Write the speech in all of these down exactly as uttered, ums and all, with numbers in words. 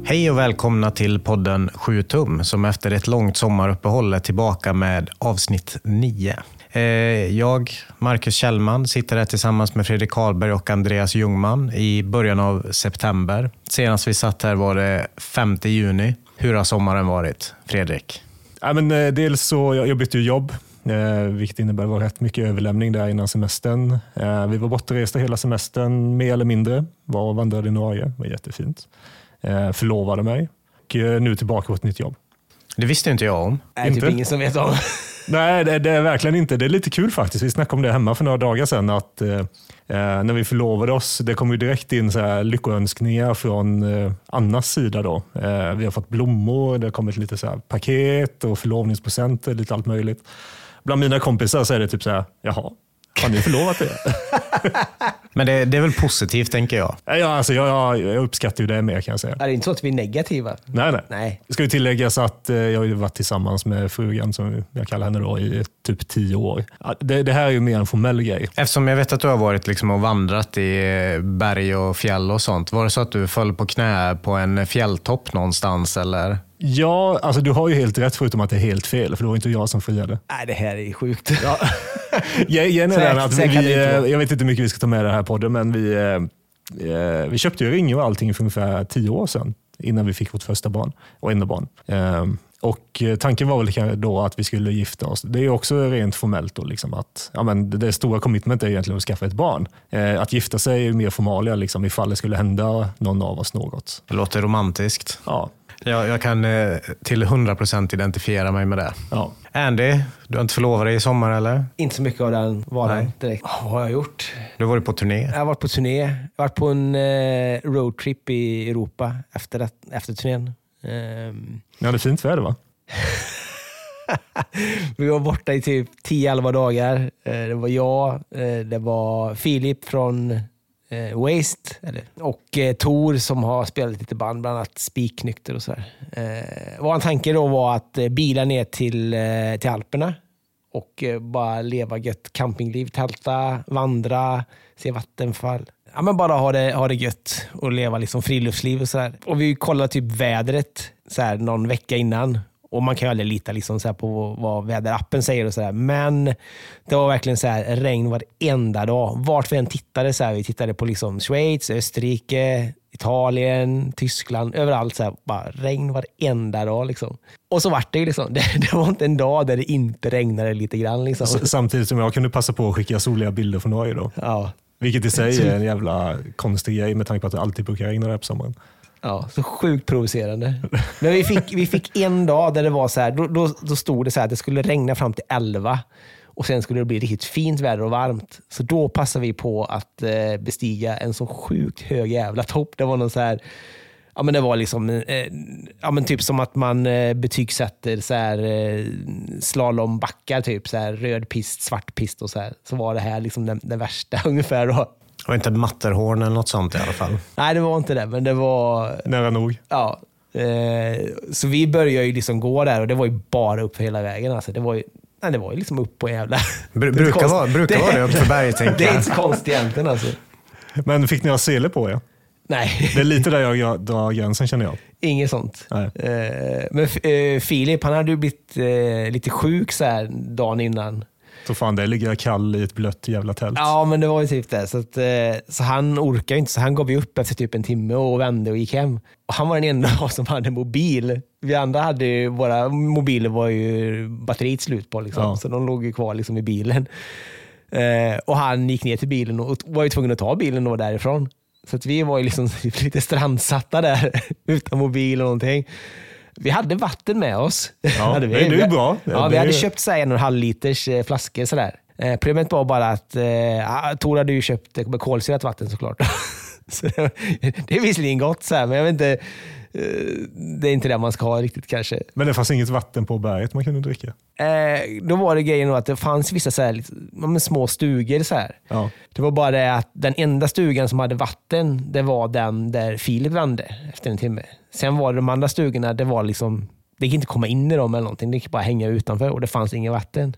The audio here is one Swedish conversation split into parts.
Hej och välkomna till podden sju tum som efter ett långt sommaruppehåll är tillbaka med avsnitt nio. Jag, Marcus Kjellman, sitter här tillsammans med Fredrik Karlberg och Andreas Ljungman i början av september. Senast vi satt här var det femte juni. Hur har sommaren varit, Fredrik? Ja, men, dels så, jag, jag bytte ju jobb, eh, vilket innebär var rätt mycket överlämning där innan semestern. Eh, vi var bortresta hela semestern, mer eller mindre. Var och vandrade i Norge, det var jättefint. Eh, förlovade mig och eh, nu tillbaka på ett nytt jobb. Det visste inte jag om. Det är typ ingen som vet om. Nej, det, det är verkligen inte. Det är lite kul faktiskt. Vi snackade om det hemma för några dagar sedan. Att, eh, när vi förlovade oss, det kom ju direkt in så här lyckoönskningar från eh, Annas sida. Då. Eh, vi har fått blommor, det har kommit lite så här paket och förlovningspresenter, lite allt möjligt. Bland mina kompisar så är det typ så här, jaha, har ni förlovat er? Men det, det är väl positivt, tänker jag. Ja, alltså, jag, jag uppskattar ju det mer, kan jag säga. Är det inte så att vi är negativa? Nej, nej. nej. Det ska ju tilläggas att eh, jag har ju varit tillsammans med frugan, som jag kallar henne då, i typ tio år. Det, det här är ju mer en formell grej. Eftersom jag vet att du har varit liksom och vandrat i berg och fjäll och sånt. Var det så att du föll på knä på en fjälltopp någonstans, eller? Ja, alltså du har ju helt rätt, förutom att det är helt fel, för det var inte jag som friade. Nej, det här är sjukt. Ja. jag, jag, så, att vi, vi, jag vet inte hur mycket vi ska ta med det här podden, men vi, eh, vi köpte ju ring och allting för ungefär tio år sedan, innan vi fick vårt första barn och enda barn. Eh, och tanken var väl då att vi skulle gifta oss. Det är ju också rent formellt då, liksom att ja, men det, det stora commitment är egentligen att skaffa ett barn. Eh, att gifta sig är mer formalia, liksom, ifall det skulle hända någon av oss något. Det låter romantiskt. Ja. Jag, jag kan eh, till hundra procent identifiera mig med det. Ja. Andy, du har inte förlovat dig i sommar, eller? Inte så mycket av den varan direkt. Oh, vad har jag gjort? Du har varit på turné. Jag har varit på turné. Jag har varit på en eh, roadtrip i Europa efter, efter turnén. Um... Ja, det är fint väder, va? Vi var borta i typ tio elva dagar. Det var jag, det var Filip från Waste och Tor som har spelat lite band, bland annat Spiknykter och så här. Vår tanke då var att bila ner till, till Alperna och bara leva gött campingliv, tälta, vandra, se vattenfall. Ja, men bara ha det, ha det gött och leva liksom friluftsliv och så här. Och vi kollade typ vädret så här någon vecka innan. Och man kan ju aldrig lita liksom så här på vad väderappen säger och så där. Men det var verkligen så här regn varenda dag. Vart vi än tittade så här. Vi tittade på liksom Schweiz, Österrike, Italien, Tyskland. Överallt så här. Bara regn varenda dag liksom. Och så var det ju liksom. Det, det var inte en dag där det inte regnade lite grann liksom. Samtidigt som jag kunde passa på att skicka soliga bilder från Norge då. Ja. Vilket i sig är en jävla konstig grej med tanke på att det alltid brukar regna där på sommaren. Ja, så sjukt provocerande. Men vi fick, vi fick en dag där det var så här, då, då, då stod det så här att det skulle regna fram till elva och sen skulle det bli riktigt fint väder och varmt. Så då passade vi på att eh, bestiga en så sjukt hög jävla topp. Det var någon så här, ja men det var liksom eh, ja men typ som att man eh, betygsätter så här eh, slalombackar typ så här röd pist, svart pist och så här. Så var det här liksom den, den värsta ungefär då. Och inte Matterhorn eller något sånt i alla fall. Nej, det var inte det, men det var... Nära nog. Ja. Eh, så vi började ju liksom gå där och det var ju bara upp för hela vägen. Alltså, det var ju, nej, det var ju liksom upp på jävla... Br- brukar vara, brukar det, vara det upp för berget, tänker jag. Det är inte så konstigt egentligen alltså. Men fick ni ha sele på er? Nej. Det är lite där jag drar gränsen, känner jag. Inget sånt. Nej. Eh, men eh, Filip, han hade ju blivit eh, lite sjuk så här dagen innan. Så fan, det ligger kall i ett blött jävla tält. Ja, men det var ju typ det. Så, att, så han orkade inte, så han gav ju upp efter typ en timme och vände och gick hem. Och han var den enda som hade mobil. Vi andra hade ju, våra mobiler var ju batteriet slut på liksom. Ja. Så de låg ju kvar liksom i bilen. Eh, och han gick ner till bilen och var ju tvungen att ta bilen och därifrån. Så att vi var ju liksom lite strandsatta där utan mobil och någonting. Vi hade vatten med oss. Ja, hade vi. det är ju bra. Ja, vi hade köpt så här en och en halv liters flaskor sådär. Eh, problemet var bara att eh, Tor hade ju köpt kolsyrat vatten såklart. Så det, det är visserligen gott så här, men jag vet inte, eh, det är inte det man ska ha riktigt kanske. Men det fanns inget vatten på berget man kunde dricka? Eh, då var det grejen då att det fanns vissa så här, liksom, små stugor så här. Ja. Det var bara det att den enda stugan som hade vatten, det var den där Filip vände efter en timme. Sen var det de andra stugorna, det var liksom, det gick inte komma in i dem eller någonting, det gick bara hänga utanför och det fanns inget vatten.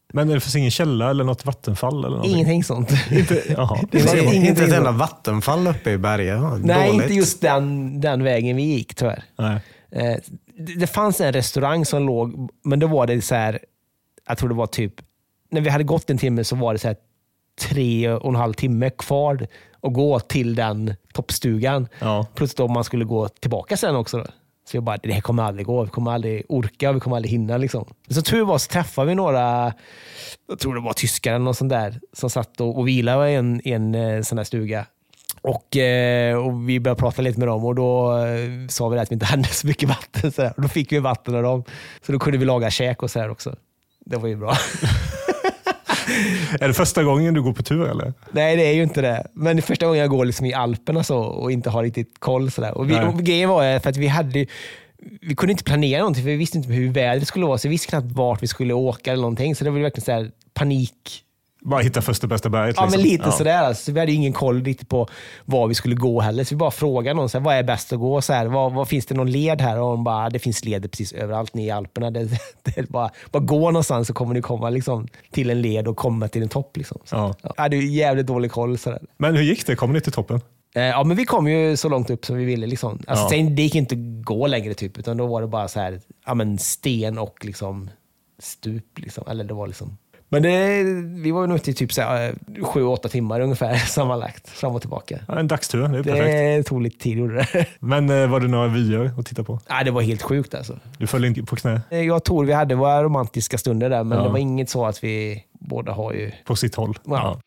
Men det finns ingen källa eller något vattenfall? Eller ingenting sånt. Inte, jaha. Det var är ingenting inte ett så. enda vattenfall uppe i berget. Ja, Nej, dåligt. inte just den, den vägen vi gick tyvärr. Nej. Eh, det, det fanns en restaurang som låg, men då var det så här, jag tror det var typ, när vi hade gått en timme så var det så här tre och en halv timme kvar att gå till den toppstugan. Ja. Plus då om man skulle gå tillbaka sen också. Då. Så jag bara, det här kommer aldrig gå. Vi kommer aldrig orka, vi kommer aldrig hinna. Liksom. Men så tur var så träffade vi några, jag tror det var tyskar eller något sånt där, som satt och, och vilade i en, en, en sån där stuga. Och, eh, och vi började prata lite med dem och då eh, sa vi att vi inte hade så mycket vatten. Så och då fick vi vatten av dem. Så då kunde vi laga käk och så här också. Det var ju bra. Är det första gången du går på tur eller? Nej, det är ju inte det. Men det är första gången jag går liksom i Alperna så, och inte har riktigt koll. Så där. Och, vi, och grejen var för att vi hade vi kunde inte planera någonting för vi visste inte hur vädret skulle vara. Så vi visste knappt vart vi skulle åka eller någonting. Så det var verkligen så här panik. Bara hitta första bästa berget. Ja, liksom. men lite ja. sådär. Alltså. Vi hade ju ingen koll riktigt på var vi skulle gå heller. Så vi bara frågade någon, så här, vad är bäst att gå? Så här, vad, vad finns det någon led här? Och de bara, det finns leder precis överallt i Alperna. Det, det är bara, bara gå någonstans så kommer ni komma liksom, till en led och komma till en topp. Liksom. Så, Ja. ja. Jag hade ju jävligt dålig koll. Så där. Men hur gick det? Kom ni till toppen? Ja, men vi kom ju så långt upp som vi ville. Liksom. Alltså, Ja. sen, det gick inte att gå längre, typ, utan då var det bara så här, ja, men sten och liksom, stup. Liksom. Eller det var liksom... Men det, vi var ju nog till typ så här, sju, åtta timmar ungefär sammanlagt, fram och tillbaka. Ja, en dagstur, det är perfekt. Det tog lite tid, gjorde det. Men eh, var det några vyer att titta på? Ja, det var helt sjukt alltså. Du föll inte på knä? Jag och Tor, vi hade våra romantiska stunder där, men Ja. det var inget så att vi båda har ju... På sitt håll? Ja.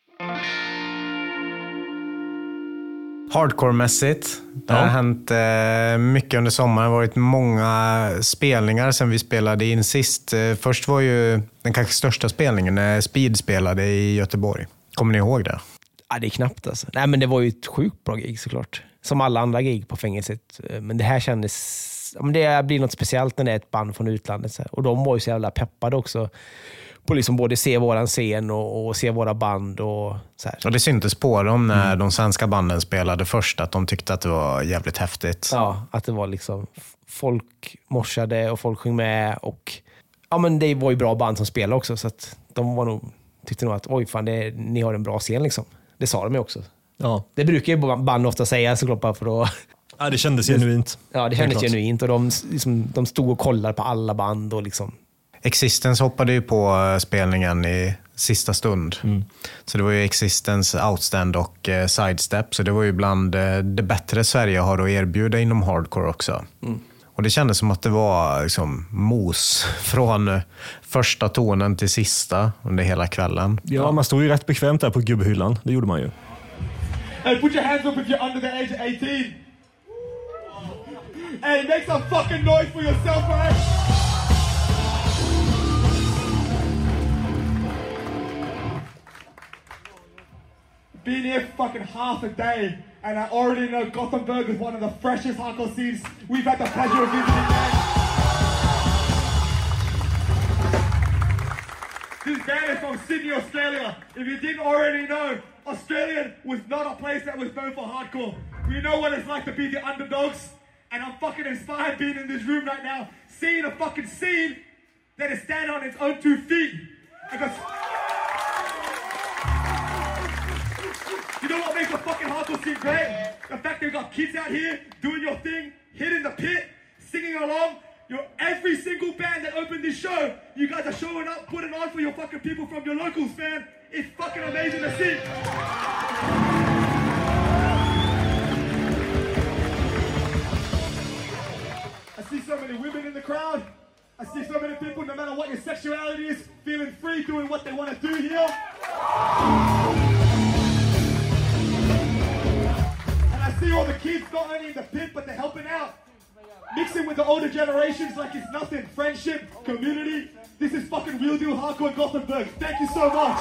Hardcore-mässigt. Det har Ja. hänt eh, mycket under sommaren. Det har varit många spelningar sen vi spelade in sist. Eh, först var ju den kanske största spelningen när Speed spelade i Göteborg. Kommer ni ihåg det? Ja, det är knappt alltså. Nej, men det var ju ett sjukt bra gig såklart. Som alla andra gig på fängelset. Men det här kändes... Ja, men det blir något speciellt när det är ett band från utlandet. Så här. Och de var ju så jävla peppade också. På liksom både se våran scen och, och se våra band och så här. Och det syntes på dem när mm. de svenska banden spelade först att de tyckte att det var jävligt häftigt. Ja, att det var liksom folk morsade och folk sjöng med och ja, men det var ju bra band som spelade också så att de var nog, tyckte nog att oj fan, det, ni har en bra scen liksom. Det sa de ju också. Ja. Det brukar ju band ofta säga såklart bara för att... Ja, det kändes genuint. Ja, det kändes genuint och de, liksom, de stod och kollade på alla band och liksom... Existence hoppade ju på spelningen i sista stund. Mm. Så det var ju Existence, Outstand och eh, Sidestep. Så det var ju bland eh, det bättre Sverige har att erbjuda inom hardcore också. Mm. Och det kändes som att det var liksom mos från eh, första tonen till sista under hela kvällen. Ja, man stod ju rätt bekvämt där på gubbhyllan. Det gjorde man ju. Hey, put your hands up if you're under the age of eighteen. Hey, make some fucking noise for yourself, man. Been here for fucking half a day, and I already know Gothenburg is one of the freshest hardcore scenes we've had the pleasure of visiting, man. This band is from Sydney, Australia. If you didn't already know, Australia was not a place that was known for hardcore. We know what it's like to be the underdogs, and I'm fucking inspired being in this room right now, seeing a fucking scene that is standing on its own two feet. Because you know what makes a fucking hardcore scene great? The fact they've got kids out here doing your thing, hitting the pit, singing along. You're every single band that opened this show, you guys are showing up, putting on for your fucking people from your locals, man. It's fucking amazing to see. I see so many women in the crowd. I see so many people, no matter what your sexuality is, feeling free, doing what they want to do here. And I see all the kids not only in the pit, but they're helping out. Mixing with the older generations like it's nothing. Friendship, community. This is fucking real deal hardcore in Gothenburg. Thank you so much.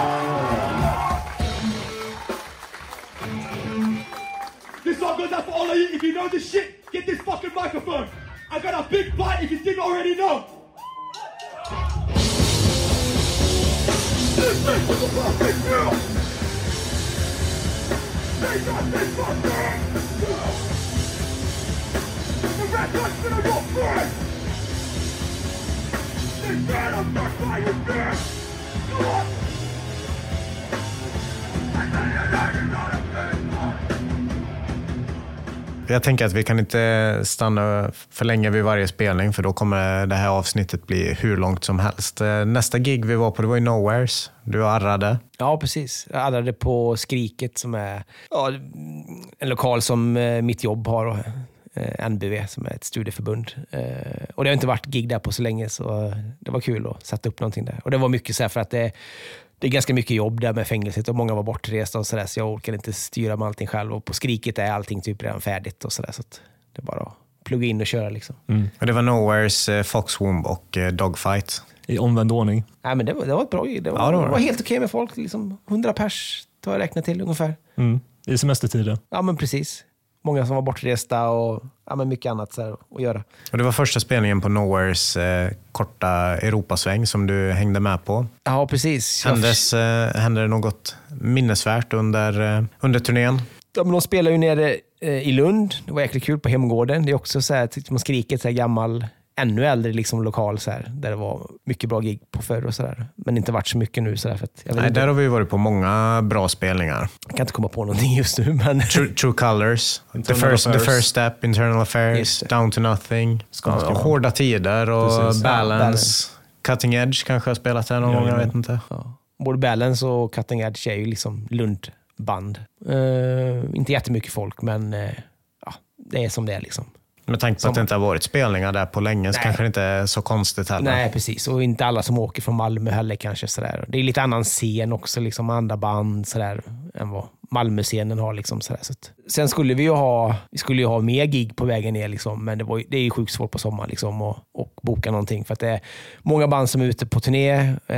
This song goes out for all of you. If you know this shit, get this fucking microphone. I got a big bite if you didn't already know. This bitch is a fucking deal. They got this fucking. The red light's in your face. They better fuck by your bitch. Jag tänker att vi kan inte stanna för länge vid varje spelning, för då kommer det här avsnittet bli hur långt som helst. Nästa gig vi var på, det var i Nowheres. Du arrade. Ja, precis. Jag arrade på Skriket som är ja, en lokal som mitt jobb har, N B V som är ett studieförbund. Och det har inte varit gig där på så länge, så det var kul att sätta upp någonting där. Och det var mycket så här för att det Det är ganska mycket jobb där med fängelset och många var bortresta och sådär, så jag orkar inte styra med allting själv. Och på Skriket är allting typ redan färdigt och sådär, så att det är bara att plugga in och köra liksom. Mm. Och det var Nowheres, Foxwomb och Dogfight. I omvänd ordning. Nej, men det var, det var ett bra gig. Det var, ja, det var, det var helt okej med folk. Liksom hundra pers tar jag räkna till ungefär. Mm. I semestertiden. Ja, men precis. Många som var bortresta och ja, men mycket annat så här att göra. Och det var första spelningen på Nowheres eh, korta Europasväng som du hängde med på. Ja, precis. Händes, eh, hände det något minnesvärt under, eh, under turnén? Ja, men de spelar ju nere eh, i Lund. Det var jäkligt kul på Hemgården. Det är också så här, typ, man Skriket så här gammal, ännu äldre liksom lokal så här, där det var mycket bra gig på förr och så där. Men inte varit så mycket nu så där, för att jag vet Nej, inte. där har vi varit på många bra spelningar. Jag kan inte komma på någonting just nu, men True, True Colors, the first, the first Step, Internal Affairs, Down to Nothing, ja, Hårda Tider och Balance. Ja, Balance. Cutting Edge kanske har spelat där någon ja, gång, jag ja. vet inte. Ja. Både Balance och Cutting Edge är ju liksom Lundband. Uh, inte jättemycket folk, men uh, ja, det är som det är liksom. Med tanke på som... att det inte har varit spelningar där på länge, så Nej. kanske det inte är så konstigt heller. Nej, precis. Och inte alla som åker från Malmö heller kanske sådär. Det är lite annan scen också, liksom andra band sådär, än vad Malmö-scenen har liksom sådär. Så att... Sen skulle vi ju ha, vi skulle ju ha mer gig på vägen ner liksom, men det, var, det är ju sjukt svårt på sommaren liksom och, och boka någonting, för att det är många band som är ute på turné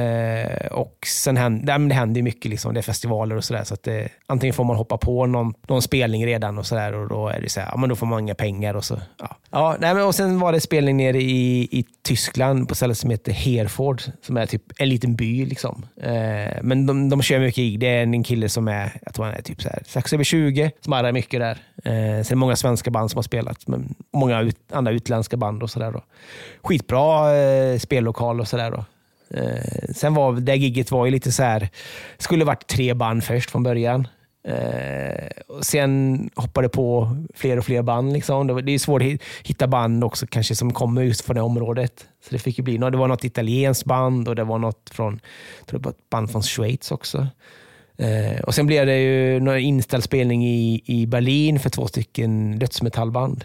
eh, och sen händer, det händer ju mycket liksom, det är festivaler och sådär, så att det, antingen får man hoppa på någon, någon spelning redan och sådär, och då är det så här, ja, men då får man inga pengar och så, ja. Ja, nej, men och sen var det spelning nere i, i Tyskland på stället som heter Herford, som är typ en liten by liksom. Eh, men de, de kör mycket gig. Det är en kille som är, jag tror han är typ så här sex över tjugo, som arrar mycket där. Eh, sen är det många svenska band som har spelat, men många ut, andra utländska band och sådär då. Skitbra eh, spellokal och sådär då. Eh, sen var det giget var ju lite så här, skulle varit tre band först från början. Eh, och sen hoppade på fler och fler band liksom. det, var, det är svårt att hitta band också kanske som kommer just från det området, så det fick ju bli, det var något italienskt band och det var något från, jag tror det var ett band från Schweiz också. Eh, och sen blev det ju en inställd spelning i, i Berlin för två stycken dödsmetallband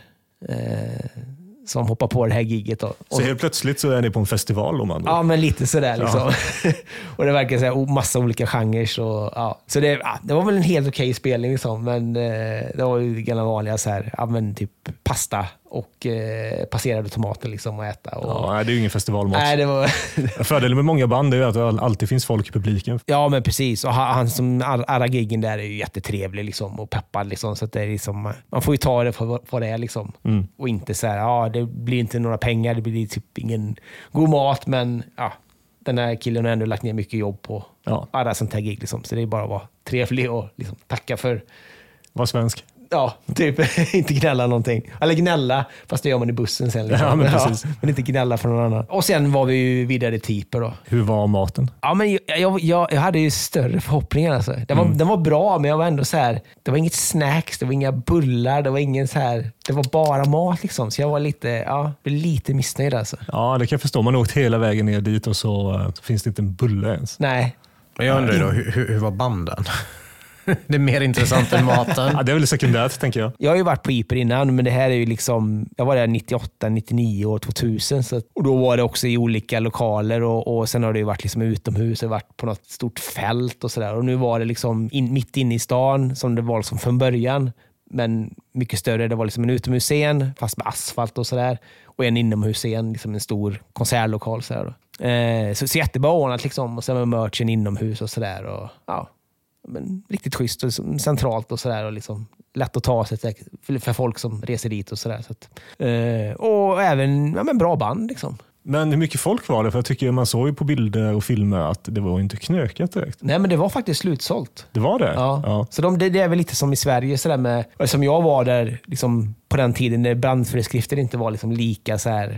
eh, som hoppar på det här giget då. Så helt plötsligt så är ni på en festival om man då. Ja, men lite sådär liksom. Ja. Och det verkar så här, massa olika genrer. Så, ja. så det, ja, det var väl en helt okej spelning liksom, men eh, det var ju gamla vanliga så här, ja, men typ pasta och eh, passerade tomater liksom att äta. Och... Ja, det är ju ingen festivalmat. Nej, det var... Fördelen med många band är ju att det alltid finns folk i publiken. Ja, men precis. Och han som arrar giggen där är ju jättetrevlig liksom, och peppad liksom, så att det är liksom, man får ju ta det för vad det är liksom. Mm. Och inte så här, ja, det blir inte några pengar, det blir typ ingen god mat, men ja, den här killen har ändå lagt ner mycket jobb på ja. arra sånt här gig liksom, så det är bara att vara trevlig och liksom tacka för. Var svensk. Ja, typ inte gnälla någonting. Eller gnälla, fast det gör man i bussen sen. Liksom. Ja, men, precis. Ja, men inte gnälla för någon annan. Och sen var vi ju vidare typer då. Hur var maten? Ja, men jag, jag, jag, jag hade ju större förhoppningar. Alltså. Den, var, mm. den var bra, men jag var ändå så här. Det var inget snacks, det var inga bullar, det var ingen så här. Det var bara mat liksom. Så jag var lite, ja, lite missnöjd alltså. Ja, det kan jag förstå. Man har åkt hela vägen ner dit och så, så finns det inte en bulle ens. Nej. Men jag undrar då, hur, hur var banden? Det är mer intressant än maten. Ja, det är väl sekundärt, tänker jag. Jag har ju varit på I P E R innan, men det här är ju liksom, jag var där nittioåtta, nittionio och tvåtusen, så, och då var det också i olika lokaler och, och sen har det ju varit liksom utomhus och varit på något stort fält och sådär, och nu var det liksom in, mitt inne i stan som det var liksom från början, men mycket större. Det var liksom en utomhusscen fast med asfalt och sådär, och en inomhusscen, liksom en stor konsertlokal sådär. Eh, så, så jättebra ordnat liksom, och sen med merchen inomhus och sådär, och ja, men riktigt schysst och centralt och sådär, och liksom lätt att ta sig för, för folk som reser dit och sådär. Så att, eh, och även ja, men bra band liksom. Men hur mycket folk var det? För jag tycker man såg ju på bilder och filmer att det var inte knökat direkt. Nej, men det var faktiskt slutsålt. Det var det? Ja. ja. Så de, det, det är väl lite som i Sverige sådär med, som jag var där liksom, på den tiden när brandföreskrifter inte var liksom lika så här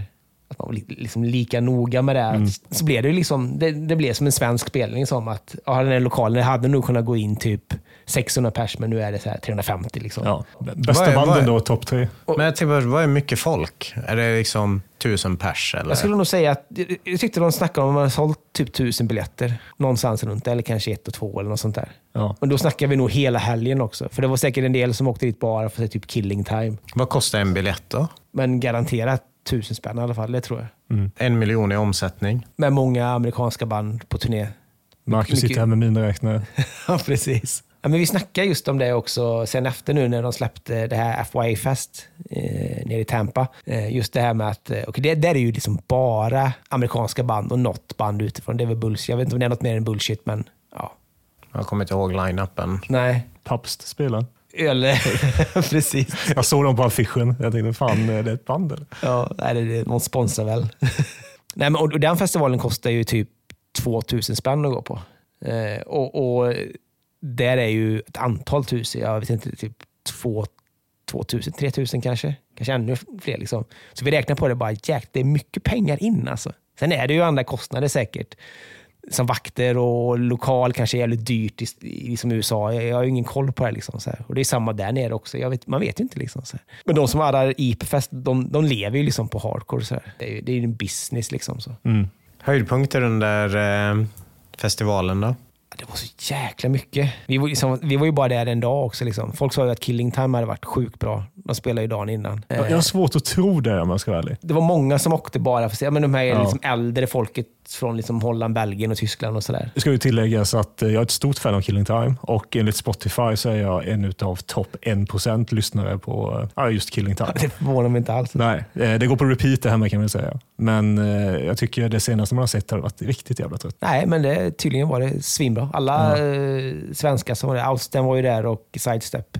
att man var li- liksom lika noga med det. Mm. Så blev det ju liksom, det, det blev som en svensk spelning som att ja, den här lokalen, det hade nog kunnat gå in typ sexhundra pers, men nu är det så här trehundrafemtio liksom. Ja. Bästa banden då, topp tre. Men jag tycker, vad är mycket folk? Är det liksom tusen pers? Eller? Jag skulle nog säga att, jag tyckte de snackade om att man hade sålt typ tusen biljetter någonstans runt, eller kanske ett och två eller något sånt där. Ja. Och då snackar vi nog hela helgen också, för det var säkert en del som åkte dit bara för att se typ Killing Time. Vad kostar en biljett då? Men garanterat tusen spänn i alla fall, det tror jag. Mm. En miljon i omsättning. Med många amerikanska band på turné. Marcus mycket... sitter här med mina räknare. Ja, precis. Ja, men vi snackar just om det också sen efter nu när de släppte det här F Y A-fest eh, nere i Tampa. Eh, just det här med att, och det där är ju liksom bara amerikanska band och något band utifrån. Det är väl bullshit. Jag vet inte om det är något mer än bullshit, men ja. Jag kommer inte ihåg line-upen. Nej. Pabst spelar. Eller, precis. Jag såg dem på affischen. Jag tänkte, fan, är det ett band eller? Ja, nej, det är någon sponsrar väl. Nej, men, och den festivalen kostar ju typ tvåtusen spänn att gå på. Eh, och, och där är ju ett antal tusen, jag vet inte, typ två, tvåtusen, tretusen kanske. Kanske ännu fler liksom. Så vi räknar på det bara, jäk, det är mycket pengar in alltså. Sen är det ju andra kostnader säkert. Som vakter och lokal kanske är jävligt dyrt i, i som U S A. Jag, jag har ju ingen koll på det liksom, så här. Och det är samma där nere också. Jag vet, man vet ju inte liksom, så här. Men de som är I P Fest, de, de lever ju liksom på hardcore så här. Det är ju det är en business liksom så. Mm. Höjdpunkter under eh, festivalen då? Det var så jäkla mycket. Vi var, liksom, vi var ju bara där en dag också. Liksom. Folk sa ju att Killing Time hade varit sjukt bra. De spelade ju dagen innan. Jag har svårt att tro det om man ska vara ärlig. Det var många som åkte bara för att se. Men de här ja. liksom äldre folket från liksom Holland, Belgien och Tyskland och sådär. Det ska ju tilläggas att jag är ett stort fan av Killing Time. Och enligt Spotify så är jag en av topp en procent lyssnare på ja, just Killing Time. Det förvånar mig inte alls. Nej, det går på repeat det här med kan man säga. Men jag tycker det senaste man har sett har varit riktigt jävla trött. Nej, men det, tydligen var det svinbra. Alla ja. svenskar som var där, Outsten var ju där och Sidestep.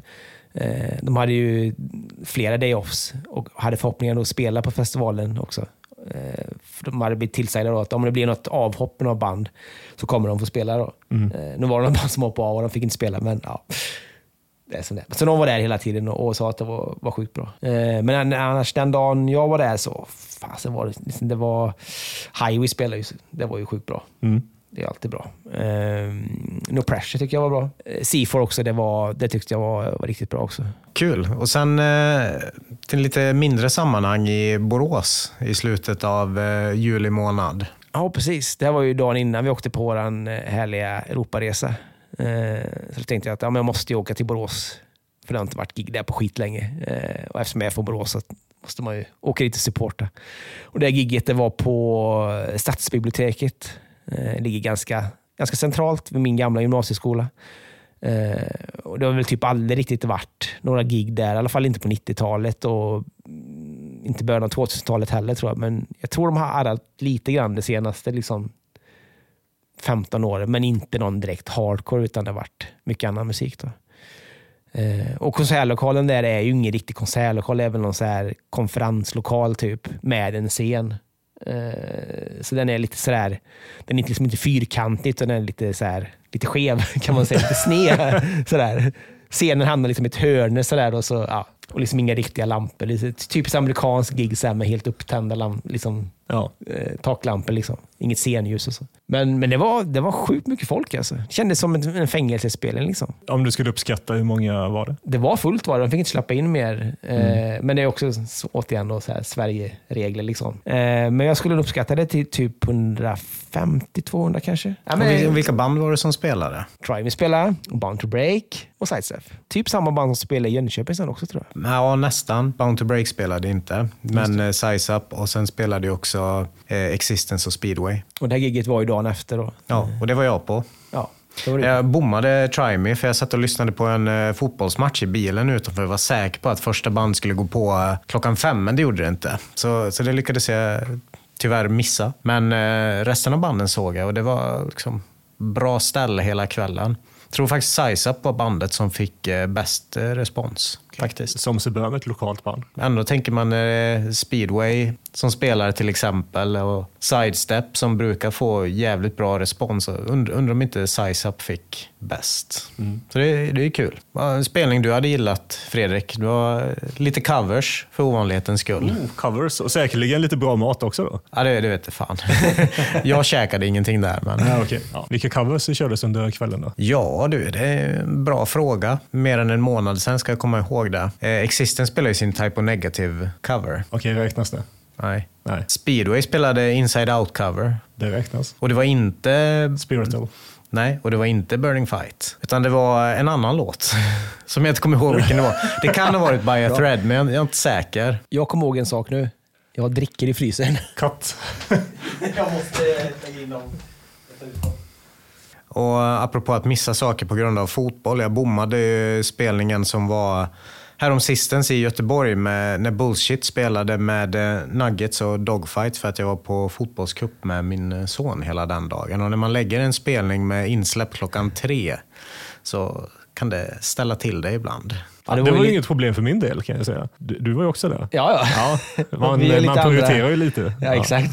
De hade ju flera day-offs och hade förhoppningen att spela på festivalen också. För de hade blivit tillsagda då att om det blir något avhopp med något band så kommer de få spela då. Mm. Nu var det någon band som hoppade av och de fick inte spela, men ja, det är som det. Så de var där hela tiden och, och sa att det var, var sjukt bra. Men annars den dagen jag var där så fasen var det, liksom, det var Highway spelade ju, det var ju sjukt bra. Mm. Det är alltid bra. Um, No Pressure tycker jag var bra. C four också, det, var, det tyckte jag var, var riktigt bra också. Kul. Och sen eh, till lite mindre sammanhang i Borås i slutet av eh, juli månad. Ja, precis. Det här var ju dagen innan vi åkte på vår härliga Europaresa. Uh, så då tänkte jag att ja, men jag måste ju åka till Borås. För det har inte varit gig där på skit länge. Uh, och eftersom jag är från Borås så måste man ju åka dit och supporta. Och det här giget det var på Stadsbiblioteket. Eh, ligger ganska, ganska centralt vid min gamla gymnasieskola. Eh, och det har väl typ aldrig riktigt varit några gig där, i alla fall inte på nittiotalet och inte början av tvåtusentalet heller tror jag. Men jag tror de har arrat lite grann det senaste liksom femton åren, men inte någon direkt hardcore utan det har varit mycket annan musik då. Eh, och konsertlokalen där är ju ingen riktig konsertlokal, det är väl någon så här konferenslokal typ med en scen. Så den är lite sådär, den är inte, liksom inte fyrkantig utan den är lite sådär, lite skev kan man säga, lite sned sådär. Scenen hamnar liksom i ett hörn sådär och så ja, och liksom inga riktiga lampor, lite typiskt amerikansk gig så här, med helt upptända lamp, liksom ja, eh, taklampor liksom, inget scenljus och så. Men men det var det var sjukt mycket folk alltså. Det kändes som en, en fängelsespelning liksom. Om du skulle uppskatta hur många var det? Det var fullt var det. De fick inte släppa in mer. Mm. Eh, men det är också så, återigen då så här Sverige-regler liksom. Eh, men jag skulle uppskatta det till typ hundrafemtio till tvåhundra kanske. Ja, men, vilka band var det som spelade? Try Me spelade, Bound to Break och Sidestep. Typ samma band som spelade i Jönköping sen också tror jag. Ja, nästan. Bound to Break spelade inte. Men Size Up och sen spelade ju också eh, Existence och Speedway. Och det här giget var ju dagen efter då. Ja, och det var jag på. Ja. Jag bommade Try Me för jag satt och lyssnade på en uh, fotbollsmatch i bilen utanför. Jag var säker på att första band skulle gå på uh, klockan fem, men det gjorde det inte. Så, så det lyckades jag tyvärr missa. Men uh, resten av banden såg jag och det var liksom bra ställe hela kvällen. Jag tror faktiskt Size Up var bandet som fick uh, bäst uh, respons. faktiskt. Som så bör med ett lokalt band. Ändå tänker man eh, speedway som spelar till exempel och sidestep som brukar få jävligt bra respons. Und, undrar om inte Size Up fick bäst. Mm. Så det, det är kul. En spelning du hade gillat, Fredrik. Du har lite covers för ovanlighetens skull. Oh, covers och säkerligen lite bra mat också då. Ja, det, det vet jag fan. Jag käkade ingenting där. Men... Ja, okay. Ja. Vilka covers kördes under kvällen då? Ja du, det är en bra fråga. Mer än en månad sen ska jag komma ihåg det. Eh, Existence spelar ju sin Type O Negative cover. Okej, okay, räknas det? Nej. Nej. Speedway spelade Inside Out cover. Det räknas. Och det var inte... Spiritual. Nej, och det var inte Burning Fight. Utan det var en annan låt. Som jag inte kommer ihåg vilken det var. Det kan ha varit By a Thread, men jag är inte säker. Jag kommer ihåg en sak nu. Jag har dricker i frysen. Katt. Jag måste lägga in dem. Och apropå att missa saker på grund av fotboll. Jag bommade ju spelningen som var härom sistens i Göteborg med, när Bullshit spelade med Nuggets och Dogfight för att jag var på fotbollscup med min son hela den dagen. Och när man lägger en spelning med insläpp klockan tre så kan det ställa till det ibland. Ja, det var, det var ju inget problem för min del kan jag säga. Du, du var ju också där. Ja, ja. ja man man prioriterar andra. Ju lite. Ja, ja. Exakt.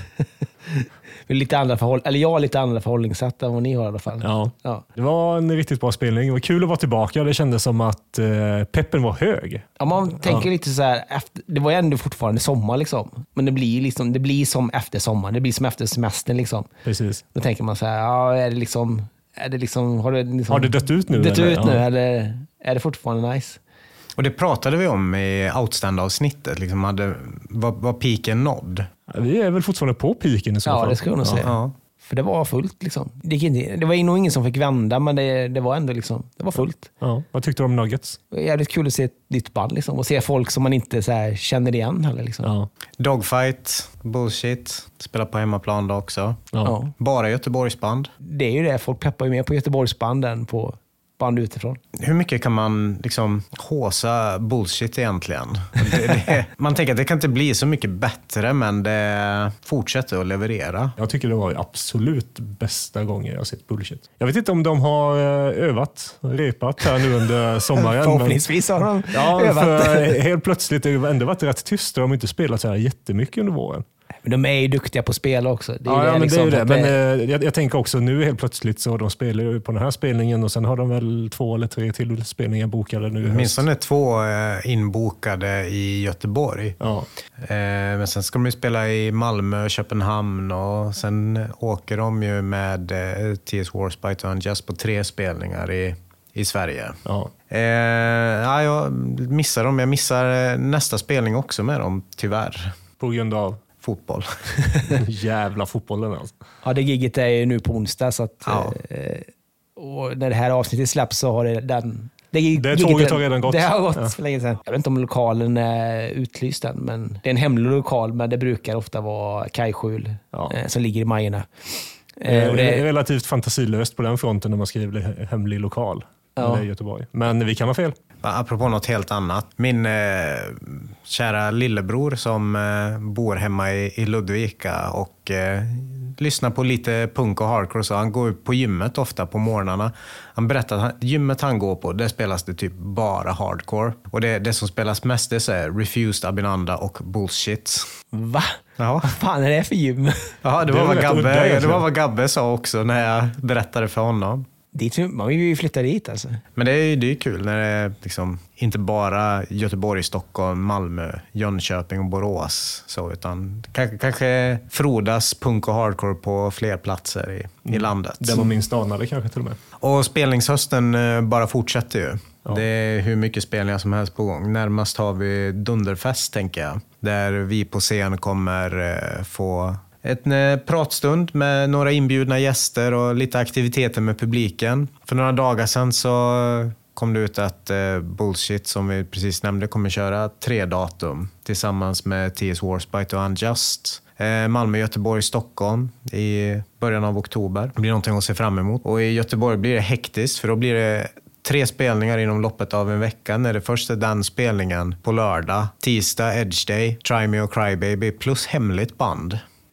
Lite andra förhåll, eller jag har lite andra förhållningssätt än vad ni har i alla fall. Ja. Ja. Det var en riktigt bra spelning. Det var kul att vara tillbaka. Det kändes som att eh, peppen var hög. Ja, man tänker ja. lite så här, efter, det var ju ändå fortfarande sommar liksom. Men det blir liksom, det blir som efter sommaren. Det blir som efter semestern liksom. Precis. Då tänker man så här, ja, är det liksom, är det liksom, har det liksom... Har det dött ut nu? Dött eller? ut ja. nu, eller är det fortfarande nice? Och det pratade vi om i Outstand-avsnittet. Liksom hade, var, var piken nådd? Ja, vi är väl fortfarande på piken i så ja, fall. Ja, det skulle jag nog säga. Ja. För det var fullt liksom. Det, gick inte, det var nog ingen som fick vända, men det, det var ändå liksom, det var fullt. Ja. Vad tyckte du om Nuggets? Det var jävligt kul att se ett nytt band liksom, och se folk som man inte så här känner igen heller. Liksom. Ja. Dogfight, Bullshit, spelar på hemmaplan då också. Ja. Ja. Bara Göteborgsband. Det är ju det, folk peppar ju mer på Göteborgsband än på band utifrån. Hur mycket kan man liksom håsa Bullshit egentligen? Det, det, man tänker att det kan inte bli så mycket bättre, men det fortsätter att leverera. Jag tycker det var absolut bästa gången jag har sett Bullshit. Jag vet inte om de har övat, repat här nu under sommaren. Förhoppningsvis har de ja, övat. För helt plötsligt har det ändå varit rätt tyst. De har inte spelat så här jättemycket under våren. Men de är ju duktiga på spel också. Det är ja, det, ja, men liksom, det är ju det. det... Men eh, jag, jag tänker också nu helt plötsligt så de spelar ju på den här spelningen och sen har de väl två eller tre till spelningar bokade nu i höst. Minst är två eh, inbokade i Göteborg. Ja. Eh, men sen ska de ju spela i Malmö, Köpenhamn och sen åker de ju med eh, T S Warspite och Unjust på tre spelningar i, i Sverige. Ja. Eh, ja, jag missar dem. Jag missar nästa spelning också med dem, tyvärr. På grund av? Fotboll. Jävla fotbollen alltså. Ja, det giget är ju nu på onsdag. Så att, ja. eh, och när det här avsnittet släpps så har det den... Det, det tåget har redan gått. Det har gått ja. för länge sedan. Jag vet inte om lokalen är utlyst än, men det är en hemlig lokal, men det brukar ofta vara kajskjul ja. eh, som ligger i Majerna. Eh, och det är relativt fantasilöst på den fronten när man skriver hemlig lokal. Ja. I Göteborg. Men vi kan ha fel. Apropå något helt annat. Min eh, kära lillebror som eh, bor hemma i, i Ludvika och eh, lyssnar på lite punk och hardcore. Så han går på gymmet ofta på morgnarna. Han berättar att han, gymmet han går på, där spelas det typ bara hardcore. Och det, det som spelas mest det är Refused, Abinanda och Bullshit. Va? Ja. Vad fan är det för gym? Ja, det, det, var vad Gabbe, det var vad Gabbe sa också när jag berättade för honom. Dit, man vill ju flytta dit alltså. Men det är ju kul när det är liksom inte bara Göteborg, Stockholm, Malmö, Jönköping och Borås. Så, utan kanske, kanske frodas punk och hardcore på fler platser i, mm. i landet. Det var minst anade kanske till och med. Och spelningshösten bara fortsätter ju. Ja. Det är hur mycket spelningar som helst på gång. Närmast har vi Dunderfest tänker jag. Där vi på scen kommer få... en pratstund med några inbjudna gäster och lite aktiviteter med publiken. För några dagar sedan så kom det ut att Bullshit, som vi precis nämnde, kommer köra tre datum tillsammans med T S Warspite och Unjust. Malmö, Göteborg, Stockholm i början av oktober. Det blir någonting att se fram emot. Och i Göteborg blir det hektiskt, för då blir det tre spelningar inom loppet av en vecka. När det först är den spelningen på lördag. Tisdag, Edge Day, Try Me och Crybaby plus hemligt band.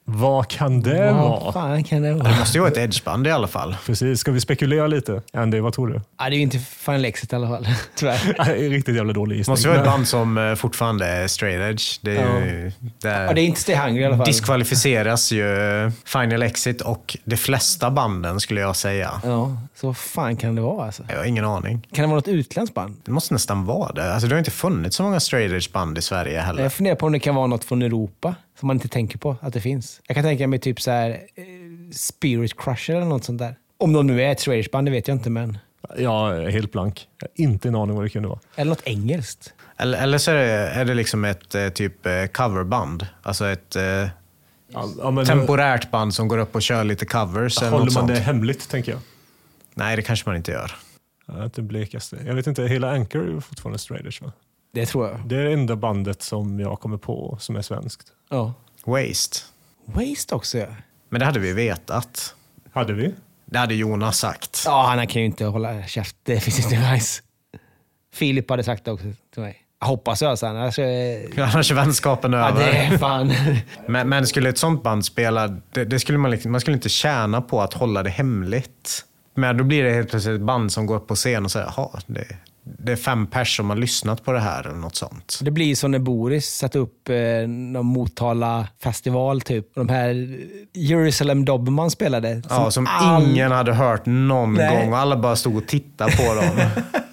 Vad kan det vara? Vad fan kan det vara? Det måste ju vara ett edgeband i alla fall. Precis, ska vi spekulera lite? Andy, vad tror du? Ja, det är ju inte Final Exit i alla fall, tyvärr. Det är riktigt jävla dålig Det gissning. måste ju vara ett band som eh, fortfarande är straight edge. Det är ju, där Ja, det är inte Stay Hungry i alla fall. diskvalificeras ju Final Exit och de flesta banden skulle jag säga. Ja, så vad fan kan det vara alltså? Jag har ingen aning. Kan det vara något utländskt band? Det måste nästan vara det. Alltså, det har inte funnits så många straight edge band i Sverige heller. Jag funderar på om det kan vara något från Europa som man inte tänker på att det finns. Jag kan tänka mig typ så här eh, Spirit Crusher eller något sånt där. Om de nu är ett straight edge band, det vet jag inte, men... Jag är helt blank. Jag har inte en aning vad det kunde vara. Eller något engelskt. Eller, eller så är det, är det liksom ett eh, typ eh, coverband. Alltså ett eh, Ja, ja, men, temporärt band som går upp och kör lite covers. Eller håller något man sånt. det hemligt, tänker jag. Nej, det kanske man inte gör. Jag inte blekaste. Jag vet inte, hela Anchor är ju fortfarande straight edge, va? Det tror jag. Det är det enda bandet som jag kommer på som är svenskt. Ja. Waste. Waste också, ja. Men det hade vi vetat. Hade vi? Det hade Jonas sagt. Ja, han kan ju inte hålla käft. Det finns inte nice. Filip hade sagt det också till mig. Jag hoppas jag, så annars... Annars är vänskapen Ja, över. det är fan... Men, men skulle ett sånt band spela, det, det skulle man, liksom, man skulle inte tjäna på att hålla det hemligt. Men då blir det helt plötsligt ett band som går upp på scen och säger, jaha, det, det är fem pers som har lyssnat på det här eller något sånt. Det blir som när Boris satte upp eh, någon Motala festival typ. De här Jerusalem Doberman spelade. Ja, som all... ingen hade hört någon Nej. gång och alla bara stod och tittade på dem.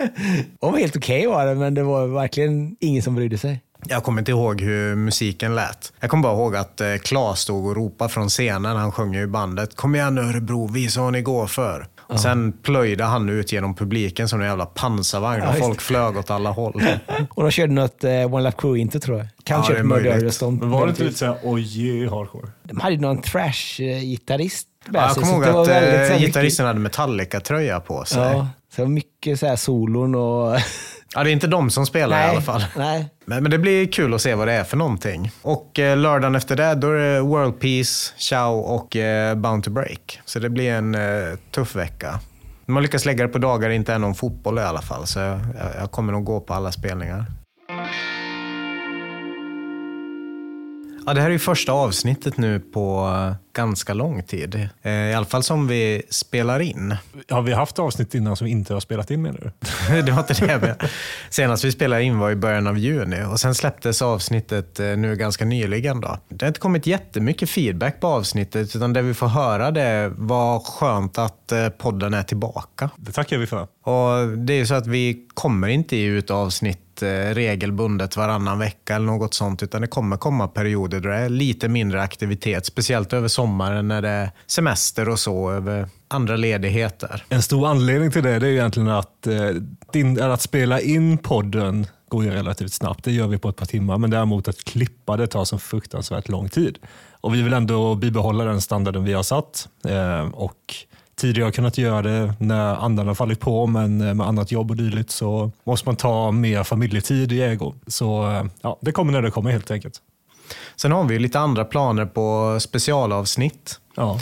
De var helt okej var det, men det var verkligen ingen som brydde sig. Jag kommer inte ihåg hur musiken lät. Jag kommer bara ihåg att eh, Claes stod och ropade från scenen. Han sjunger i bandet. Kom igen Örebro, visa vad ni går för. Och Ja. sen plöjde han ut genom publiken som en jävla pansarvagn. Ja, och just folk flög åt alla håll. Och de körde något eh, One Lap Crew inte tror jag. Kanske Ja, det är ett Murder möjligt. Restaurant. Men var det inte lite såhär, oj, hardcore? De hade ju någon trash-gitarrist. Ja, jag kommer ihåg det var att väldigt så eh, här gitarristen hade Metallica-tröja på sig. Mycket, Ja. ja, så det var mycket så här solon och... det är inte de som spelar i alla fall. Nej. Men, men det blir kul att se vad det är för någonting. Och eh, lördagen efter det, då är det World Peace, Ciao och eh, Bound to Break. Så det blir en eh, tuff vecka. Man lyckas lägga det på dagar det inte är någon fotboll i alla fall. Så jag, jag kommer nog gå på alla spelningar. Ja, det här är ju första avsnittet nu på ganska lång tid. Eh, I alla fall som vi spelar in. Har vi haft avsnitt innan som vi inte har spelat in med nu? Det var inte det. Men senast vi spelade in var i början av juni och sen släpptes avsnittet nu ganska nyligen då. Det har inte kommit jättemycket feedback på avsnittet utan det vi får höra det var skönt att podden är tillbaka. Det tackar vi för. Och det är ju så att vi kommer inte ge ut avsnitt regelbundet varannan vecka eller något sånt utan det kommer komma perioder då det är lite mindre aktivitet, speciellt över sommaren när det är semester och så, över andra ledigheter. En stor anledning till det, det är egentligen att, eh, din, att spela in podden går ju relativt snabbt. Det gör vi på ett par timmar, men däremot att klippa det tar så fruktansvärt lång tid. Och vi vill ändå bibehålla den standarden vi har satt eh, och tidigare har kunnat göra det när andan har fallit på, men med annat jobb och dylikt så måste man ta mer familjetid i ägo. Så ja, det kommer när det kommer helt enkelt. Sen har vi ju lite andra planer på specialavsnitt. Ja.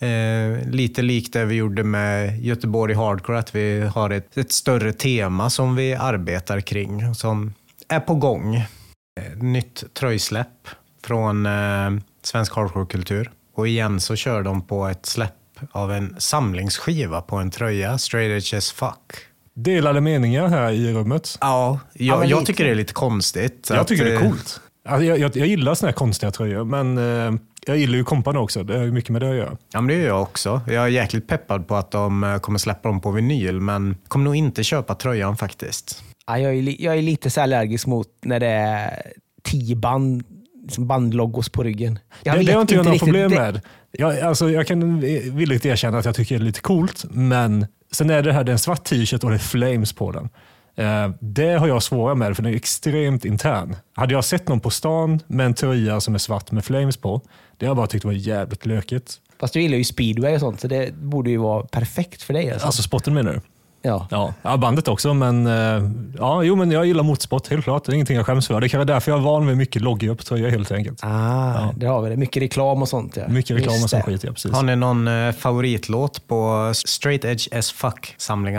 Eh, lite likt det vi gjorde med Göteborg Hardcore, att vi har ett, ett större tema som vi arbetar kring, som är på gång. Eh, nytt tröjsläpp från eh, Svensk Hardcore-kultur. Och igen så kör de på ett släpp av en samlingsskiva på en tröja, straight edge as fuck. Delade meningar här i rummet. Ja, jag, men jag lite. tycker det är lite konstigt. Jag att, tycker det är eh, coolt. Alltså, jag, jag, jag gillar såna här konstiga tröjor, men eh, jag gillar ju kompan också. Det har ju mycket med det att göra. Ja, men det gör jag också. Jag är jäkligt peppad på att de eh, kommer släppa dem på vinyl, men kommer nog inte köpa tröjan faktiskt. Ja, jag, är, li- jag är lite så allergisk mot när det är tio band, liksom bandlogos på ryggen. Jag Det, vet det har inte jag några riktigt- problem det- med. Jag, alltså, jag kan villigt erkänna att jag tycker det är lite coolt, men sen är det här det är en svart t-shirt och det är flames på den. Eh, det har jag svårare med för den är extremt intern. Hade jag sett någon på stan med en tröja som är svart med flames på, det har jag bara tyckt var jävligt lökigt. Fast du gillar ju speedway och sånt, så det borde ju vara perfekt för dig. Alltså. Alltså sporten menar du? Ja. Ja, ja, bandet också, men eh, ja, jo, men jag gillar motorsport helt klart. Det är ingenting jag skäms för. Det kan vara därför jag är van med mycket loggor på tröjor helt enkelt. Ah, Ja. där har vi det. Mycket reklam och sånt. Ja. Mycket reklam och Just sån det. skit, ja, precis. Har ni någon eh, favoritlåt på straight edge as fuck-samlingarna?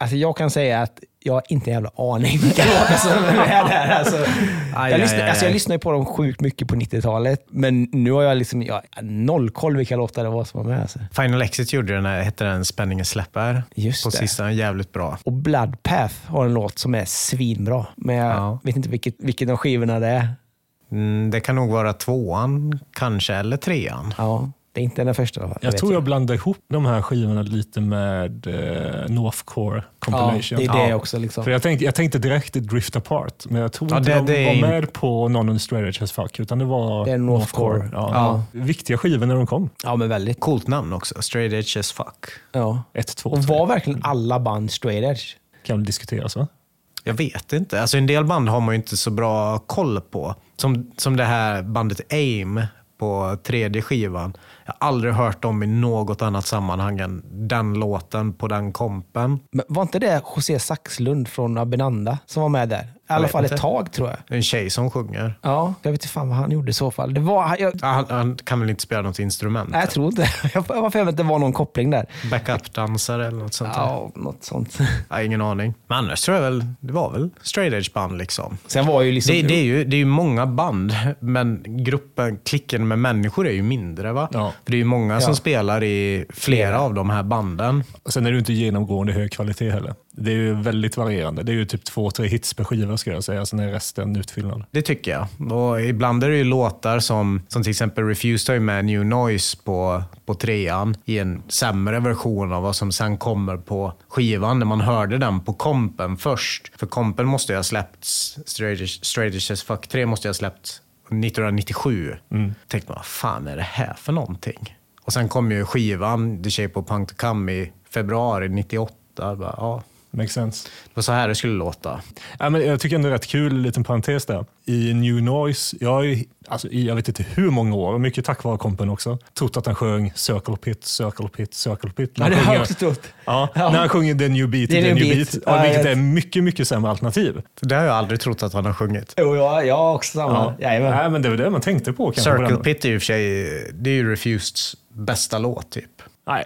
Alltså jag kan säga att jag har inte en jävla aning vilka låtar som är med där. Alltså, Aj, jag, aj, lyssnar, aj, alltså jag aj. lyssnar ju på dem sjukt mycket på nittiotalet. Men nu har jag liksom jag har noll koll vilka låtar det var som var med. Alltså. Final Exit gjorde den här, hette den Spänningen släpper. Just på det. sista, jävligt bra. Och Bloodpath har en låt som är svinbra. Men jag Ja. vet inte vilket, vilket av skivorna det är. Mm, det kan nog vara tvåan kanske, eller trean. Ja, det är inte den första i alla fall. Jag vet tror jag blandar ihop de här skivorna lite med eh, Northcore Compilation. Ja, det är det Ja. också. Liksom. För jag tänkte, jag tänkte direkt Drift Apart, men jag tror Ja, inte det- de det är var in- med på None on the Straight Edge as Fuck, utan det var Det är Northcore. Ja. Ja. Viktiga skivor när de kom. Ja, men väldigt. Coolt namn också, Straight Edge as Fuck. Ja. Ett, två, Och tre. var verkligen alla band straight edge? Kan väl diskuteras, va? Jag vet inte. Alltså en del band har man ju inte så bra koll på. Som, som det här bandet Aim på tredje skivan. Jag har aldrig hört dem i något annat sammanhang än den låten på den kompen. Men var inte det José Saxlund från Abinanda som var med där? I alla vet fall ett inte. tag tror jag. En tjej som sjunger. Ja, jag vet inte fan vad han gjorde i så fall. Det var, jag, Ja, Han, han kan väl inte spela något instrument? nej, jag tror inte. Jag var för att det var någon koppling där. Backup-dansare eller något sånt där? Ja, något sånt. Jag har ingen aning. Men annars tror jag väl, det var väl straight edge band liksom. Sen var ju liksom... Det, det, är ju, det är ju många band, men gruppen, klicken med människor är ju mindre va? Ja. För det är ju många Ja. som spelar i flera av de här banden. Och sen är det ju inte genomgående hög kvalitet heller. Det är ju väldigt varierande. Det är ju typ två, tre hits per skiva ska jag säga. Sen är resten utfyllnad. Det tycker jag. Och ibland är det ju låtar som, som till exempel Refused har ju med New Noise på, på trean i en sämre version av vad som sen kommer på skivan när man hörde den på kompen först. För kompen måste ju ha släppts, Straight Edge as Fuck tre måste ju ha släppts nittonhundranittiosju. Mm. Tänkte man, vad fan är det här för någonting? Och sen kom ju skivan The Shape of Punk to Come i februari nittioåtta. Bara, ja, Makes sense. det var så här det skulle låta. Ja, men jag tycker ändå det är rätt kul, en liten parentes där. I New Noise, jag har ju, alltså, i, jag vet inte hur många år, och mycket tack vare kompen också, trott att han sjöng Circle Pit, Circle Pit, Circle Pit. Ja, När det han har sjunger- jag också trott. Ja, Ja. när han sjunger The New Beat, Det är The New New Beat. Beat. Ja, Ja, vilket jag är vet. mycket, mycket sämre alternativ. Det har jag aldrig trott att han har sjungit. Jo, jag, jag har också samma. Ja. Jajamän. Nej, men det var det man tänkte på. kanske på Circle den. Pit är ju i och för sig, det är ju Refuseds bästa låt typ. Nej.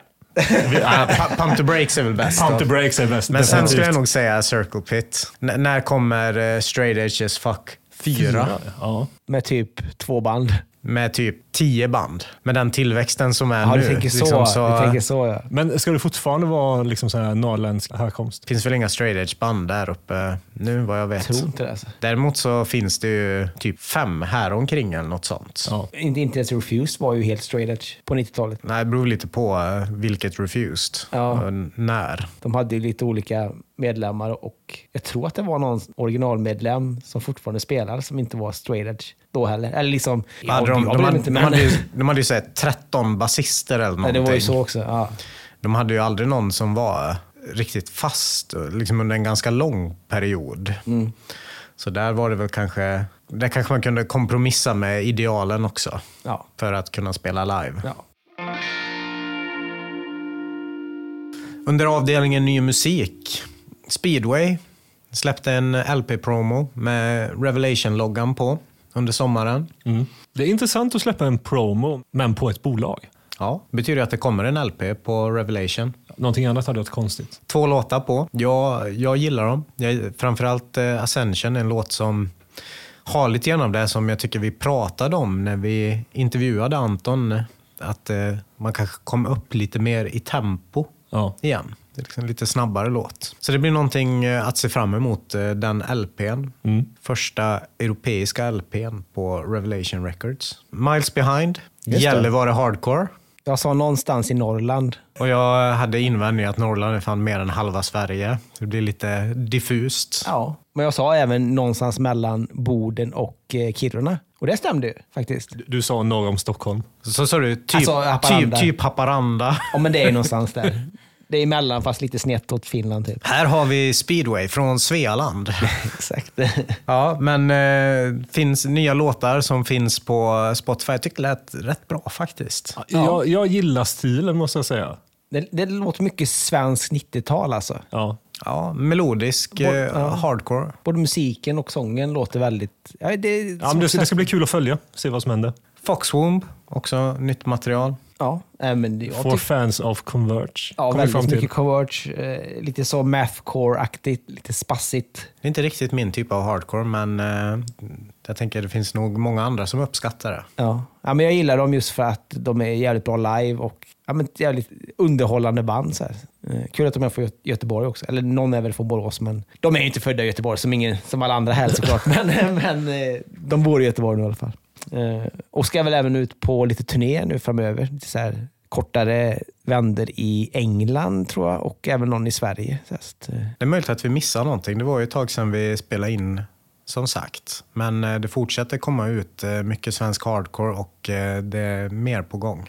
Ah, Pu- Pump to Breaks är väl bäst. Pump the då. Breaks är bäst. Men sen definitivt. skulle jag nog säga Circle Pit. N- när kommer uh, Straight Edge as Fuck fyra? Ja. Med typ två band. Med typ tio band. Med den tillväxten som är Ja, nu. du tänker så. liksom, Du tänker så, ja. Men ska det fortfarande vara liksom så här norrländsk härkomst? finns väl inga straight edge band där uppe nu vad jag vet. Jag tror inte det. Alltså. Däremot så finns det ju typ fem här omkring eller något sånt. Ja. Inte, inte ens Refused var ju helt straight edge på nittiotalet. Nej, det beror lite på uh, vilket Refused. Ja. Och när. De hade ju lite olika medlemmar och jag tror att det var någon originalmedlem som fortfarande spelar som inte var straight edge då heller. Eller liksom... Ja, de, de, jag de, vet hade, inte, de, men- hade ju, de hade ju så här tretton basister eller Nej, någonting. det var ju så också. Ja. De hade ju aldrig någon som var riktigt fast liksom under en ganska lång period. Mm. Så där var det väl kanske, där kanske man kunde kompromissa med idealen också Ja. för att kunna spela live. Ja. Under avdelningen ny musik, Speedway släppte en L P-promo med Revelation-loggan på under sommaren. Mm. Det är intressant att släppa en promo, men på ett bolag. Ja, betyder att det kommer en L P på Revelation. Någonting annat hade varit konstigt. Två låtar på. Jag, jag gillar dem. Jag, framförallt eh, Ascension, en låt som har lite grann av det som jag tycker vi pratade om när vi intervjuade Anton. Att eh, man kanske kom upp lite mer i tempo Ja. igen. Det är liksom en lite snabbare låt. Så det blir någonting eh, att se fram emot, eh, den L P:n. Mm. Första europeiska L P:n på Revelation Records. Miles Behind, Just det. Gällivare Hardcore. Jag sa någonstans i Norrland. Och jag hade invändning att Norrland är fan mer än halva Sverige. Det blir lite diffust. Ja. Men jag sa även någonstans mellan Boden och eh, Kiruna. Och det stämde ju faktiskt. Du sa norr om Stockholm. Så sa du typ Alltså, Haparanda. typ, typ Haparanda. Ja, men det är ju någonstans där. Det är emellan fast lite snett åt Finland typ. Här har vi Speedway från Svealand. Exakt. Ja, men eh, finns nya låtar som finns på Spotify. Jag tyckte det lät rätt bra faktiskt. Jag, jag gillar stilen måste jag säga. Det, det låter mycket svensk nittiotal alltså. Ja. Ja, melodisk eh, ja. hardcore. Både musiken och sången låter väldigt... Ja, det, Ja, men det, ska, det ska bli kul att följa, se vad som händer. Foxwomb, också nytt material. Ja, äh, men jag For tyck- fans of Converge. Ja, Kommer vi fram väldigt till. mycket Converge. Eh, lite så mathcore-aktigt, lite spassigt. Det är inte riktigt min typ av hardcore, men eh, jag tänker det finns nog många andra som uppskattar det. Ja. Ja, men jag gillar dem just för att de är jävligt bra live och ja, men jävligt underhållande band. Så här. Eh, kul att de är från Gö- Göteborg också. Eller någon är väl från Borås, men de är ju inte födda i Göteborg som, ingen, som alla andra här såklart. men men eh, de bor i Göteborg nu i alla fall. Eh, och ska väl även ut på lite turné nu framöver. Lite så här kortare vänder i England tror jag och även någon i Sverige. Så att, eh. Det är möjligt att vi missar någonting. Det var ju ett tag sedan vi spelade in, som sagt. Men eh, det fortsätter komma ut eh, mycket svensk hardcore och eh, det är mer på gång.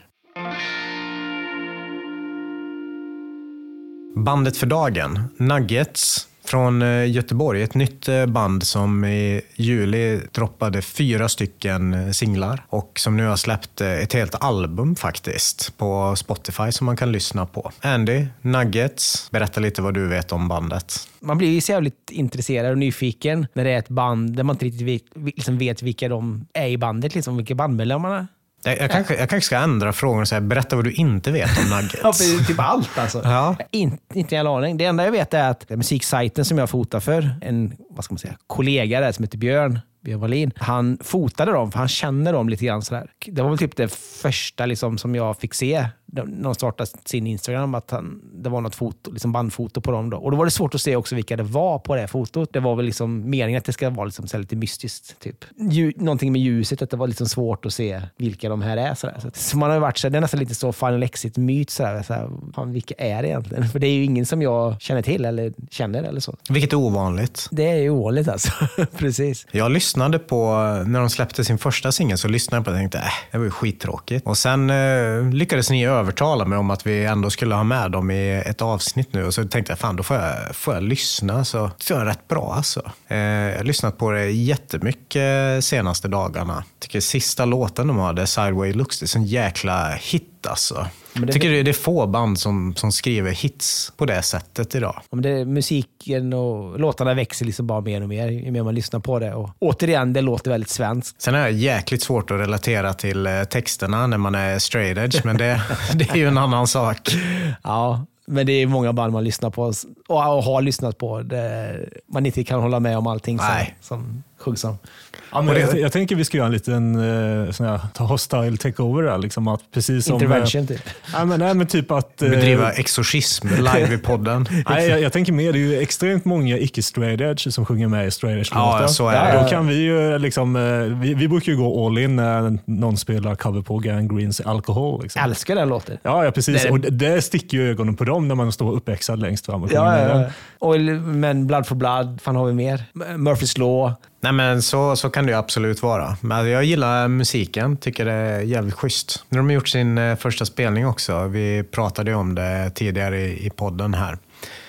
Bandet för dagen, Nuggets från eh, Göteborg. Ett nytt eh, band som i juli droppade fyra stycken eh, singlar och som nu har släppt eh, ett helt album faktiskt på Spotify som man kan lyssna på. Andy, Nuggets, berätta lite vad du vet om bandet. Man blir ju så jävligt intresserad och nyfiken när det är ett band där man inte riktigt vet, liksom vet vilka de är i bandet, liksom, vilka bandmedlemmarna. Jag, jag, kanske, jag kanske ska ändra frågan och säga, berätta vad du inte vet om Nuggets. Ja, för typ allt alltså. Ja. In, inte en aning. Det enda jag vet är att musiksajten som jag fotar för, en vad ska man säga, kollega där som heter Björn, Björn Wallin, han fotade dem för han känner dem lite grann sådär. Det var väl typ det första liksom, som jag fick se när de startade sin Instagram, att han, det var något foto, liksom bandfoto på dem då. Och då var det svårt att se också vilka det var på det fotot. Det var väl liksom meningen att det ska vara liksom så lite mystiskt typ. Ju, någonting med ljuset, att det var liksom svårt att se vilka de här är sådär. Så, så man har ju varit så, det är nästan lite så Final Exit-myt sådär, sådär, fan, vilka är det egentligen? För det är ju ingen som jag känner till eller känner eller så. Vilket är ovanligt. Det är ju ovanligt alltså. Precis. Jag lyssnade på, när de släppte sin första singel så lyssnade jag på det och tänkte, äh, det var ju skittråkigt. Och sen eh, lyckades ni övertala mig om att vi ändå skulle ha med dem i ett avsnitt nu. Och så tänkte jag, fan då får jag, får jag lyssna. Så det var rätt bra alltså. Eh, jag har lyssnat på det jättemycket senaste dagarna. Jag tycker sista låten de hade, Sideway Looks, det är en jäkla hit alltså. Men det, tycker du det är få band som, som skriver hits på det sättet idag? Om det, musiken och låtarna växer liksom bara mer och mer ju mer man lyssnar på det. Och återigen, det låter väldigt svenskt. Sen är det jäkligt svårt att relatera till eh, texterna när man är straight edge, men det, det är ju en annan sak. Ja, men det är många band man lyssnar på och har lyssnat på där man inte kan hålla med om allting som, som sjungs om. Ja, men jag, jag tänker vi ska göra en liten uh, sån här, ta hostile takeover där, liksom att precis som intervention uh, typ. Ja, men nej, men typ att uh, bedriva exorcism live i podden. Nej, jag, jag tänker mer, det är ju extremt många icke straight edge som sjunger med i straight edge låtar. Ja, så är det. Då kan vi ju liksom uh, vi, vi brukar ju gå all in när någon spelar cover på Gang Greens Alcohol liksom. Jag älskar den låten. Ja, ja precis. Det är... Och det, det sticker ju ögonen på dem när man står uppexad längst fram och sjunger ja, med ja, den. ja. Och, men Blood for Blood, fan har vi mer? Murphys Law. Nej, men så, så kan det ju absolut vara. Men jag gillar musiken, tycker det är jävligt schysst. När de har gjort sin eh, första spelning också, vi pratade ju om det tidigare i, i podden här.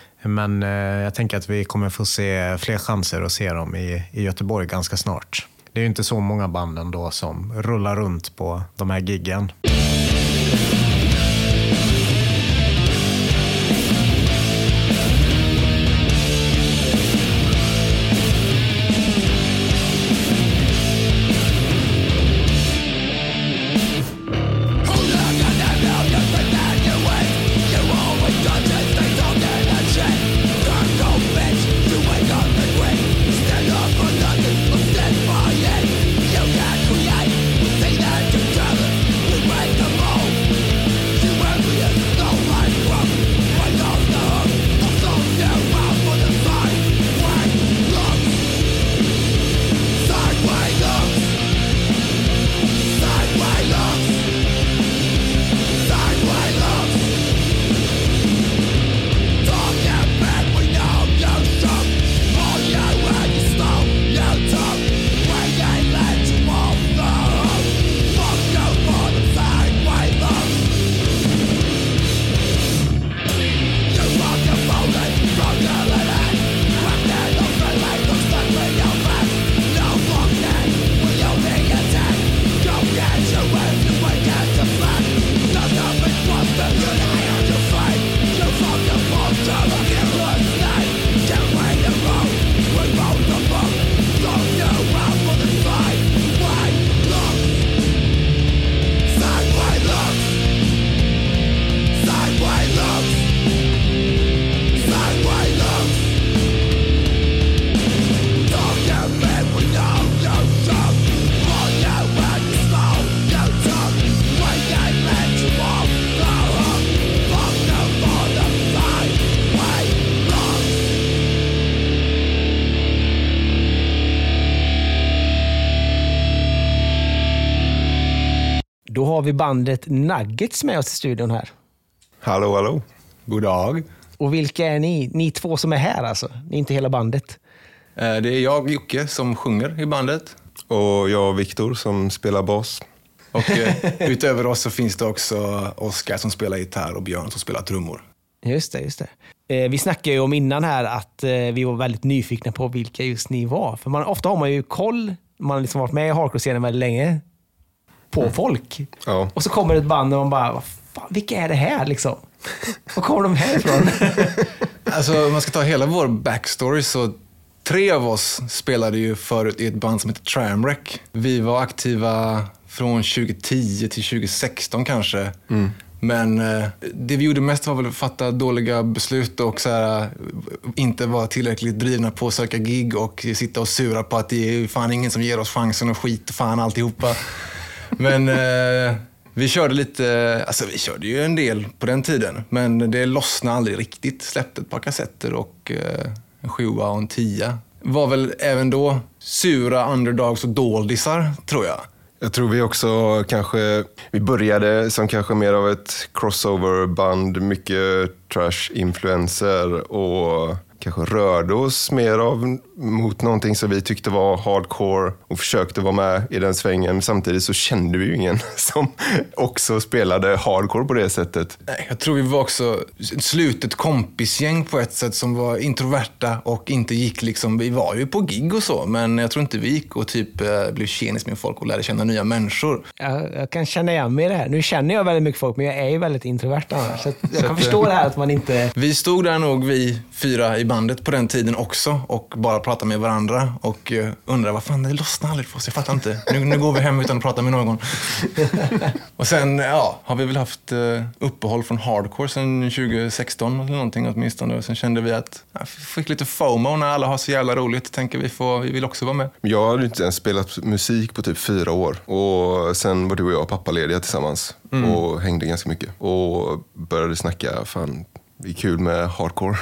Men eh, jag tänker att vi kommer få se fler chanser att se dem i, i Göteborg ganska snart. Det är ju inte så många banden då som rullar runt på de här giggen. See that together, we break the mold. You work for your Då har vi bandet Nuggets med oss i studion här. Hallå, hallå. God dag. Och vilka är ni? Ni två som är här alltså. Ni är inte hela bandet. Det är jag, Jocke, som sjunger i bandet. Och jag, Viktor, som spelar bas. Och eh, utöver oss så finns det också Oskar som spelar gitarr och Björn som spelar trummor. Just det, just det. Eh, vi snackade ju om innan här att eh, vi var väldigt nyfikna på vilka just ni var. För man, ofta har man ju koll, man har liksom varit med i hardcore-scenen väldigt länge, på mm. folk. Ja. Och så kommer ett band och man bara, vad fan, vilka är det här liksom? Var kommer de härifrån? Alltså om man ska ta hela vår backstory så tre av oss spelade ju förut i ett band som heter Tramwreck. Vi var aktiva från tjugo tio till tjugo sexton kanske. Mm. Men eh, det vi gjorde mest var väl att fatta dåliga beslut och så här, inte vara tillräckligt drivna på att söka gig och sitta och sura på att det är fan ingen som ger oss chansen och skit fan alltihopa. Men eh, vi körde lite, alltså vi körde ju en del på den tiden, men det lossnade aldrig riktigt. Släppte ett par kassetter och eh, en sjua och en tia. Var väl även då sura underdogs och doldisar, tror jag. Jag tror vi också kanske, vi började som kanske mer av ett crossover-band, mycket trash-influencer och kanske rörde oss mer av mot någonting som vi tyckte var hardcore och försökte vara med i den svängen. Samtidigt så kände vi ju ingen som också spelade hardcore på det sättet. Nej, jag tror vi var också slutet kompisgäng på ett sätt som var introverta och inte gick liksom, vi var ju på gig och så, men jag tror inte vi gick och typ blev tjenis med folk och lärde känna nya människor. Jag, jag kan känna igen mig i det här. Nu känner jag väldigt mycket folk, men jag är ju väldigt introvert annars. Så jag kan förstå det här att man inte... Vi stod där nog, vi fyra i bandet på den tiden också och bara pratade med varandra och uh, undrade vad fan, det lossnar aldrig för oss, jag fattar inte. Nu, nu går vi hem utan att prata med någon. Och sen ja, har vi väl haft uh, uppehåll från hardcore sedan tjugo sexton eller någonting åtminstone. Och sen kände vi att ja, vi fick lite FOMO när alla har så jävla roligt. Tänker vi, får, vi vill också vara med. Jag hade inte ens spelat musik på typ fyra år och sen var du och jag pappalediga tillsammans mm. och hängde ganska mycket och började snacka fan. Det är kul med hardcore.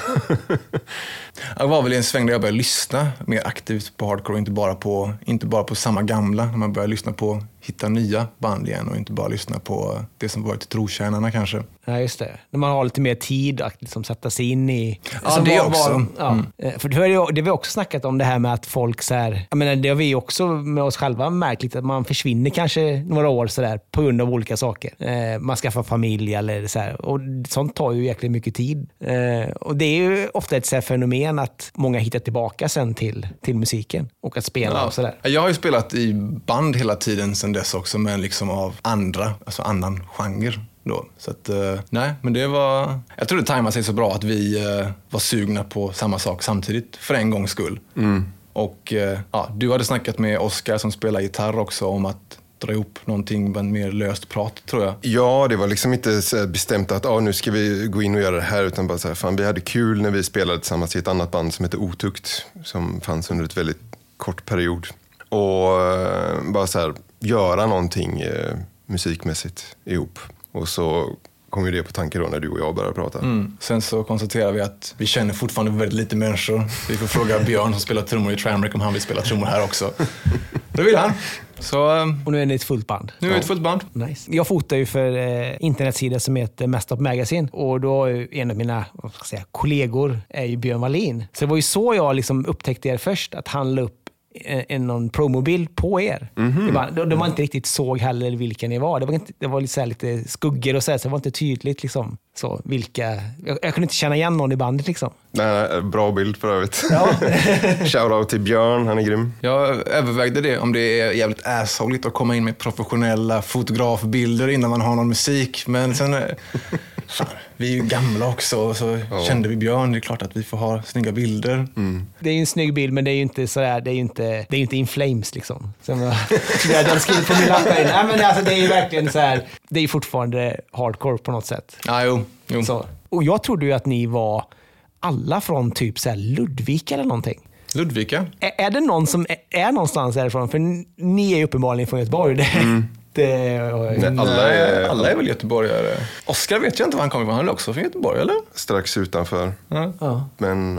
Det var väl en sväng där jag började lyssna mer aktivt på hardcore och inte bara på, inte bara på samma gamla. När man började lyssna på, hitta nya band igen och inte bara lyssna på det som varit trotjänarna kanske. Ja, just det. När man har lite mer tid att liksom sätta sig in i... Ja, det var, också. Var, ja. Mm. För det har, ju, det har vi också snackat om det här med att folk så här... Jag menar, det har vi också med oss själva märkt lite, att man försvinner kanske några år så där på grund av olika saker. Eh, man skaffar familj eller så här. Och sånt tar ju jäkligt mycket tid. Eh, och det är ju ofta ett så här fenomen att många hittar tillbaka sen till, till musiken och att spela ja. och sådär. Jag har ju spelat i band hela tiden sen dess också, men liksom av andra, alltså annan genre då. Så att, uh, nej, men det var... Jag tror det tajmade sig så bra att vi uh, var sugna på samma sak samtidigt, för en gångs skull. Mm. Och uh, ja, du hade snackat med Oskar som spelar gitarr också om att dra ihop någonting med en mer löst prat, tror jag. Ja, det var liksom inte så bestämt att ah, nu ska vi gå in och göra det här, utan bara så här, fan, vi hade kul när vi spelade tillsammans i ett annat band som heter Otukt, som fanns under ett väldigt kort period. Och uh, bara så här, göra någonting uh, musikmässigt ihop. Och så kom ju det på tanke då när du och jag började prata. Mm. Sen så konstaterar vi att vi känner fortfarande väldigt lite människor. Vi får fråga Björn som spelar trummor i Tramwreck om han vill spela trummor här också. Det vill han. Så, och nu är det ett fullt band. Nu är det ett fullt band. Nice. Jag fotar ju för eh, internetsida som heter Messed Up Magazine. Och då är en av mina vad ska jag säga, kollegor är ju Björn Wallin. Så det var ju så jag liksom upptäckte er först, att han la upp en någon promobild på er. Mm-hmm. Det var, de, de var inte riktigt såg heller vilka ni var. Det var, inte, det var lite, så här, lite skuggor och så, här, så det var inte tydligt liksom. Så vilka... Jag, jag kunde inte känna igen någon i bandet liksom. Nej, nej, bra bild för övrigt. Ja. Shoutout till Björn, han är grym. Jag övervägde det, om det är jävligt assholigt att komma in med professionella fotografbilder innan man har någon musik. Men sen... Fan, vi är ju gamla också, så ja. Kände vi Björn, det är klart att vi får ha snygga bilder. Mm. Det är ju en snygg bild, men det är ju inte sådär, det är ju inte, det är ju inte In Flames liksom. Som jag, jag hade skrivit på min lapp här. Nej, men alltså, det är ju verkligen så här, det är ju fortfarande hardcore på något sätt. Ja, jo. jo. Så, och jag trodde ju att ni var alla från typ så här Ludvika eller någonting. Ludvika? Är, är det någon som är, är någonstans härifrån? För ni är ju uppenbarligen från Göteborg. Det, mm. det, Nej, alla, är, alla är väl göteborgare. Oskar vet jag inte var han kommer ifrån. Han är också från Göteborg, eller? Strax utanför. Ja. Men ja.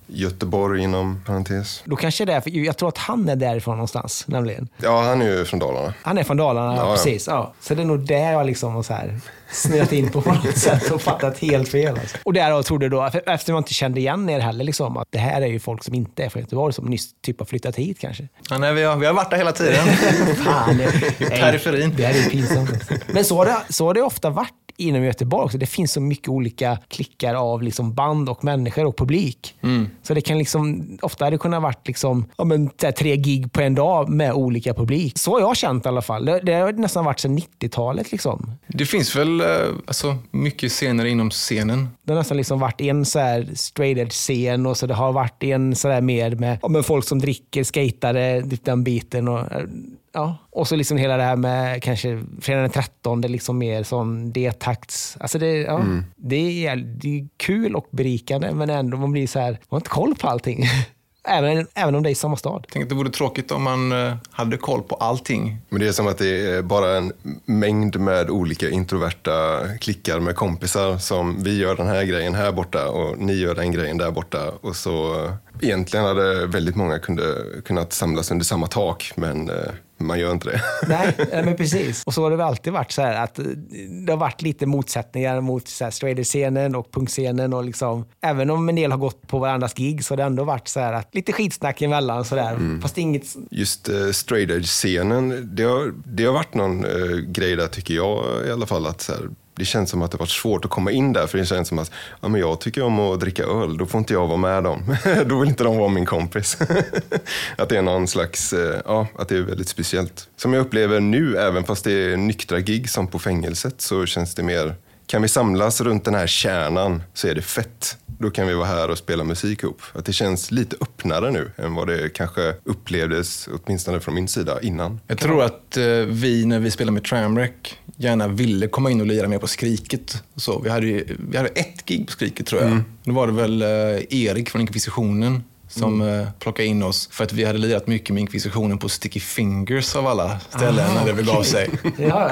Göteborg inom parentes. Då kanske det är, för jag tror att han är därifrån någonstans, nämligen. Ja, han är ju från Dalarna. Han är från Dalarna, ja, precis. Ja. Så det är nog där jag liksom har så här snöat in på något sätt och fattat helt fel. Alltså. Och där jag trodde då, efter man inte kände igen er heller, liksom, att det här är ju folk som inte är från Göteborg, som nyss typ har flyttat hit kanske. Ja, nej, vi, har, vi har varit där hela tiden. Fan, I periferin. Det här är pinsamt. Alltså. Men så har, det, så har det ofta varit inom Göteborg också. Det finns så mycket olika klickar av liksom band och människor och publik. Mm. Så det kan liksom, ofta hade det kunnat varit liksom, ja, men, tre gig på en dag med olika publik. Så har jag känt i alla fall. Det, det har nästan varit sedan nittiotalet liksom. Det finns väl alltså, mycket scener inom scenen. Det har nästan liksom varit en så här straight edge scen, och så det har varit en så där mer med, ja, med folk som dricker, skatare, den biten, och ja, och så liksom hela det här med kanske fredag den trettonde, liksom mer sån D-takts. Alltså det, ja, mm. det, är, det är kul och berikande, men ändå man blir så här, man har inte koll på allting. Även, även om det är i samma stad. Jag tänkte att det vore tråkigt om man uh, hade koll på allting. Men det är som att det är bara en mängd med olika introverta klickar med kompisar som vi gör den här grejen här borta och ni gör den grejen där borta. Och så uh, egentligen hade väldigt många kunde, kunnat samlas under samma tak, men uh, man gör inte det. Nej, men precis. Och så har det väl alltid varit så här att det har varit lite motsättningar mot så här straight-scenen och punkscenen, och liksom, även om en del har gått på varandras gig, så har det ändå varit så här att lite skitsnack emellan så där. Mm. Fast inget... Just uh, straight-edge-scenen, det har, det har varit någon uh, grej där, tycker jag i alla fall, att så här, det känns som att det har varit svårt att komma in där, för det känns som att ja, men jag tycker om att dricka öl, då får inte jag vara med dem. Då vill inte de vara min kompis. Att det är någon slags, ja, att det är väldigt speciellt. Som jag upplever nu, även fast det är nyktra gig som på fängelset, så känns det mer, kan vi samlas runt den här kärnan så är det fett. Då kan vi vara här och spela musik ihop. Att det känns lite öppnare nu än vad det kanske upplevdes, åtminstone från min sida, innan. Jag tror att eh, vi, när vi spelade med Tramwreck, gärna ville komma in och lira med på Skriket. Så vi hade, ju, vi hade ett gig på Skriket, tror jag. Mm. Då var det väl eh, Erik från Inkvisitionen som mm. eh, plockade in oss, för att vi hade lirat mycket med Inkvisitionen på Sticky Fingers av alla ställen. Aha, när det begav sig. Ja.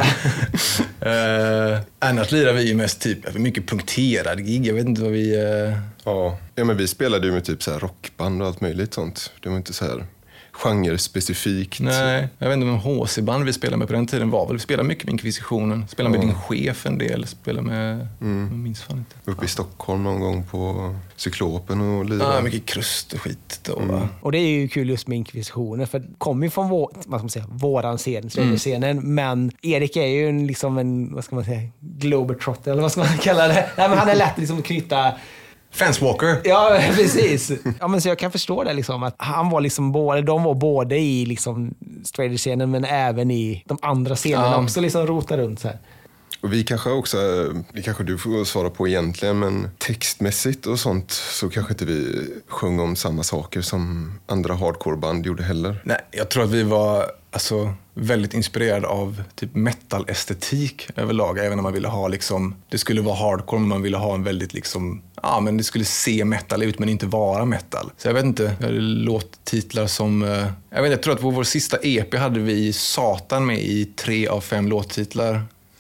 eh, annars lirar vi ju mest typ mycket punkterad gig. Jag vet inte vad vi... Eh... Ja. ja, men vi spelade ju med typ så här rockband och allt möjligt sånt. Det var inte så här genre-specifikt. Nej, jag vet inte om H C-band vi spelade med på den tiden var väl. Vi spelade mycket med Inkvisitionen. Spelade med ja. din chef en del. Spelade med... Mm. Jag minns fan inte. Uppe i Stockholm någon gång på Cyklopen och lira. Ja, mycket krust och skit då, mm. va? Och det är ju kul just med Inkvisitionen, för det kommer ju från vår, vad ska man säga, våran scen, scenen, mm. men Erik är ju en, liksom en, vad ska man säga, globetrotter, eller vad ska man kalla det? Nej, men han är lätt liksom att knyta... Fanswalker. Ja, precis. Ja, men så jag kan förstå det liksom, att han var liksom både, de var både i liksom straight-scenen, men även i de andra scenerna ja. också liksom rota runt så här. Och vi kanske också, det kanske du får svara på egentligen, men textmässigt och sånt så kanske inte vi sjöng om samma saker som andra hardcore-band gjorde heller. Nej, jag tror att vi var alltså väldigt inspirerade av typ metal-estetik överlag, även om man ville ha liksom, det skulle vara hardcore, men man ville ha en väldigt liksom, ja, men det skulle se metal ut men inte vara metal. Så jag vet inte, jag hade låttitlar som, jag vet jag tror att på vår sista E P hade vi Satan med i tre av fem låttitlar.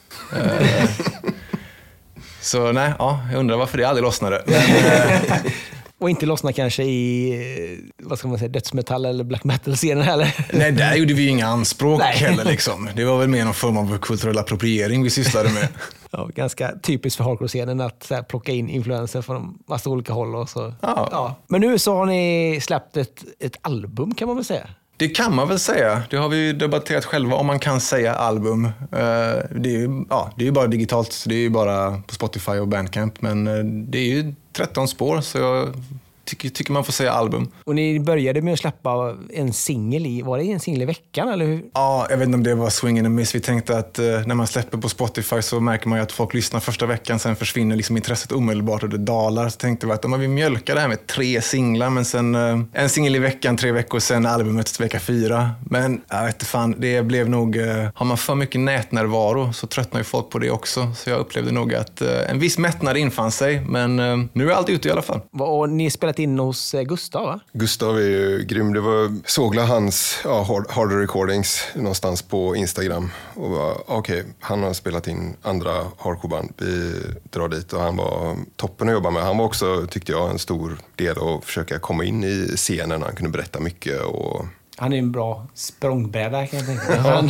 Så nej, ja, jag undrar varför det aldrig lossnade. Men, och inte lossna kanske i, vad ska man säga, dödsmetall eller black metal-scenen heller. Nej, där gjorde vi ju inga anspråk nej. heller liksom. Det var väl mer någon form av kulturell appropriering vi sysslade med. Ja, ganska typiskt för hardcore-scenen att så här, plocka in influenser från massa olika håll. Och så. Ja. Ja. Men nu så har ni släppt ett, ett album, kan man väl säga? Det kan man väl säga. Det har vi ju debatterat själva, om man kan säga album. Det är ju, ja, det är ju bara digitalt, så det är ju bara på Spotify och Bandcamp. Men det är ju tretton spår, så jag tycker, tycker man får säga album. Och ni började med att släppa en singel i, var det en singel i veckan eller hur? Ja, jag vet inte om det var swing and a miss. Vi tänkte att eh, när man släpper på Spotify så märker man ju att folk lyssnar första veckan, sen försvinner liksom intresset omedelbart och det dalar. Så tänkte vi att om vi mjölkar det här med tre singlar, men sen eh, en singel i veckan, tre veckor, sen albumet vecka fyra. Men jag vet inte fan, det blev nog, eh, har man för mycket nätnärvaro så tröttnar ju folk på det också. Så jag upplevde nog att eh, en viss mättnad infann sig, men eh, nu är allt ute i alla fall. Och ni spelar spelat in hos Gustav, va? Gustav är ju grym. Det var, sågla hans ja, hard, hard recordings någonstans på Instagram. Och var, okej, okay, han har spelat in andra hardcoreband. Vi drar dit och han var toppen att jobba med. Han var också, tyckte jag, en stor del att försöka komma in i scenen. Han kunde berätta mycket. Och... Han är en bra språngbräda, kan jag tänka. Han,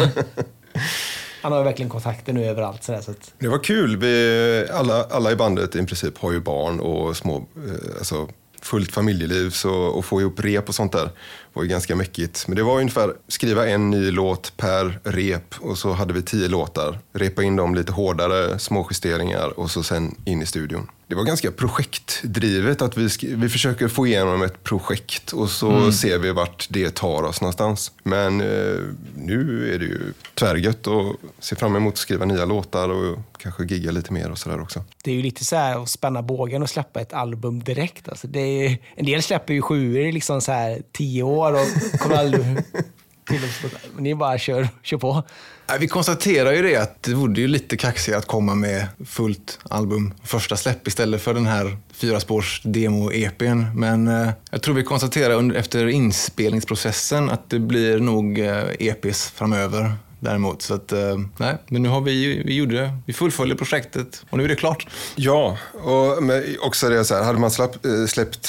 han har verkligen kontakter nu överallt. Så där, så att... Det var kul. Vi, alla, alla i bandet i princip har ju barn och små... Alltså, fullt familjeliv, så att få ihop rep och sånt där var ju ganska mäckigt. Men det var ungefär skriva en ny låt per rep och så hade vi tio låtar. Repa in dem lite hårdare, små justeringar och så sen in i studion. Det var ganska projektdrivet att vi, sk- vi försöker få igenom ett projekt och så mm. ser vi vart det tar oss någonstans. Men eh, nu är det ju tvärgött och ser fram emot att skriva nya låtar och kanske gigga lite mer och sådär också. Det är ju lite så här att spänna bågen och släppa ett album direkt. Alltså det är, en del släpper ju sjuor liksom så här tio år och kommer aldrig till oss. Ni bara kör, kör på. Vi konstaterar ju det att det vore ju lite kaxigt att komma med fullt album första släpp istället för den här fyra spårs demo-E P:n. Men eh, jag tror vi konstaterar under, efter inspelningsprocessen att det blir nog eh, E P:s framöver. Däremot, så att, eh, nej, men nu har vi, vi gjorde det, vi fullföljer projektet och nu är det klart. Ja, och men också det så här, hade man släppt, släppt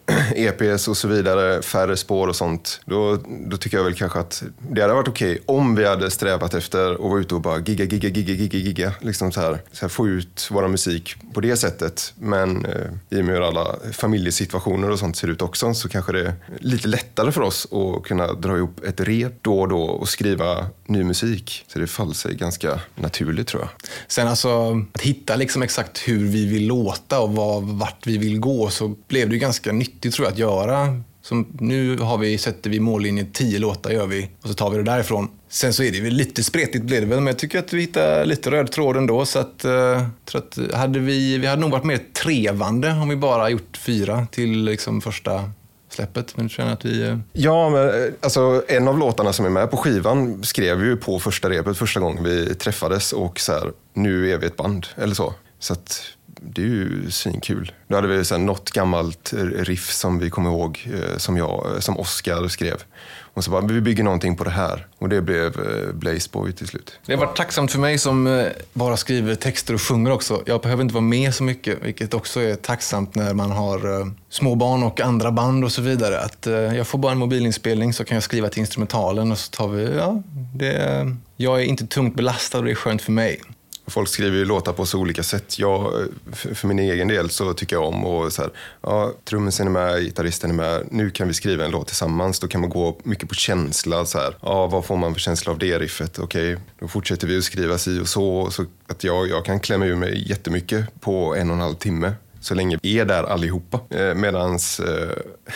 E P:s och så vidare, färre spår och sånt, då, då tycker jag väl kanske att det hade varit okej om vi hade strävat efter att vara ute och bara gigga, gigga, gigga, gigga, gigga, liksom så här, så här få ut våra musik på det sättet. Men eh, i och med hur alla familjesituationer och sånt ser ut också, så kanske det är lite lättare för oss att kunna dra ihop ett rep då och då och skriva ny musik. Så det faller sig ganska naturligt, tror jag. Sen alltså, att hitta liksom exakt hur vi vill låta och var, vart vi vill gå, så blev det ju ganska nyttigt, tror jag, att göra. Som nu har vi, sätter vi mållinjen, tio låtar gör vi och så tar vi det därifrån. Sen så är det väl lite spretigt blev det väl, men jag tycker att vi hittar lite röd tråd ändå, så att, uh, tror att hade vi, vi hade nog varit mer trevande om vi bara gjort fyra till liksom första släppet, men känner att vi... Ja, men alltså en av låtarna som är med på skivan skrev vi ju på första repet första gången vi träffades och så här, nu är vi ett band, eller så. Så att det är ju svinkul. Då hade vi så här något gammalt riff som vi kommer ihåg, som jag, som Oscar skrev. Och så bara, vi bygger någonting på det här. Och det blev Blaze Boy till slut. Det har varit tacksamt för mig som bara skriver texter och sjunger också. Jag behöver inte vara med så mycket, vilket också är tacksamt när man har små barn och andra band och så vidare. Att jag får bara en mobilinspelning, så kan jag skriva till instrumentalen och så tar vi, ja, det, jag är inte tungt belastad och det är skönt för mig. Folk skriver ju låtar på så olika sätt. Jag, för min egen del så tycker jag om och så här, ja, trummisen är med, gitarristen är med. Nu kan vi skriva en låt tillsammans. Då kan man gå mycket på känsla. Så här, ja, vad får man för känsla av det riffet? Okej, då fortsätter vi att skriva si och så. Så att jag, jag kan klämma ur mig jättemycket på en och en halv timme. Så länge vi är där allihopa. Eh, medans eh,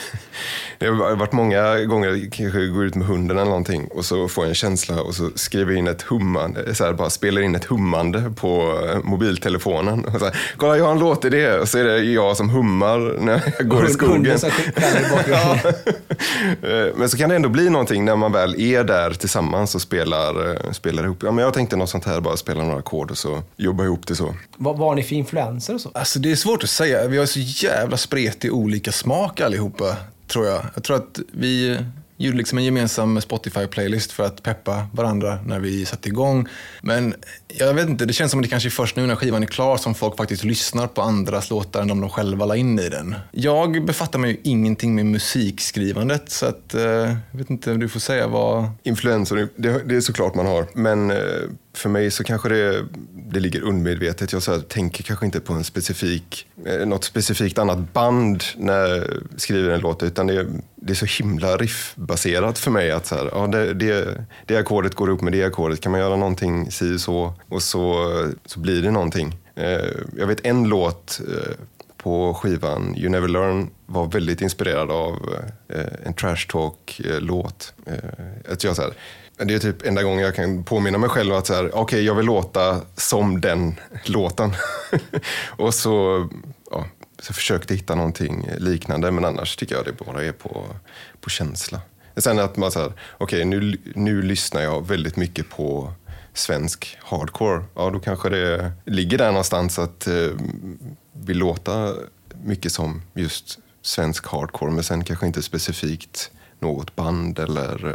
det har varit många gånger kanske går ut med hunden eller någonting och så får jag en känsla och så skriver jag in ett hummande, så här, bara spelar in ett hummande på mobiltelefonen. Och så här, kolla, jag har en låt i det. Och så är det jag som hummar när jag går i skogen. Ja. Men så kan det ändå bli någonting när man väl är där tillsammans och spelar, spelar ihop. Ja, men jag tänkte något sånt här, bara spela några ackord och så jobba ihop det så. Vad var ni för influenser och så? Alltså det är svårt att säga. Vi har så jävla spretig olika smak allihopa, tror jag. Jag tror att vi gjorde liksom en gemensam Spotify-playlist för att peppa varandra när vi satte igång. Men jag vet inte, det känns som att det kanske är först nu när skivan är klar som folk faktiskt lyssnar på andras låtar än de de själva la in i den. Jag befattar mig ju ingenting med musikskrivandet, så att eh, jag vet inte, du får säga vad... Influenser, det, det är såklart man har. Men eh, för mig så kanske det, det ligger undermedvetet. Jag så här, tänker kanske inte på en specifik, eh, något specifikt annat band när jag skriver en låt, utan det, det är så himla riffbaserat för mig att så här, ja, det, det, det ackordet går upp med det ackordet. Kan man göra någonting si så och så, så blir det någonting. Eh, jag vet en låt eh, på skivan You Never Learn var väldigt inspirerad av eh, en trash talk-låt. Eh, att jag så här, det är typ enda gången jag kan påminna mig själv att så här, okej, okay, jag vill låta som den låten. Och så, ja, så försökte hitta någonting liknande, men annars tycker jag det bara är på, på känsla. Sen att man så här, okej, okay, nu, nu lyssnar jag väldigt mycket på svensk hardcore. Ja, då kanske det ligger där någonstans att eh, vi låta mycket som just svensk hardcore, men sen kanske inte specifikt något band eller,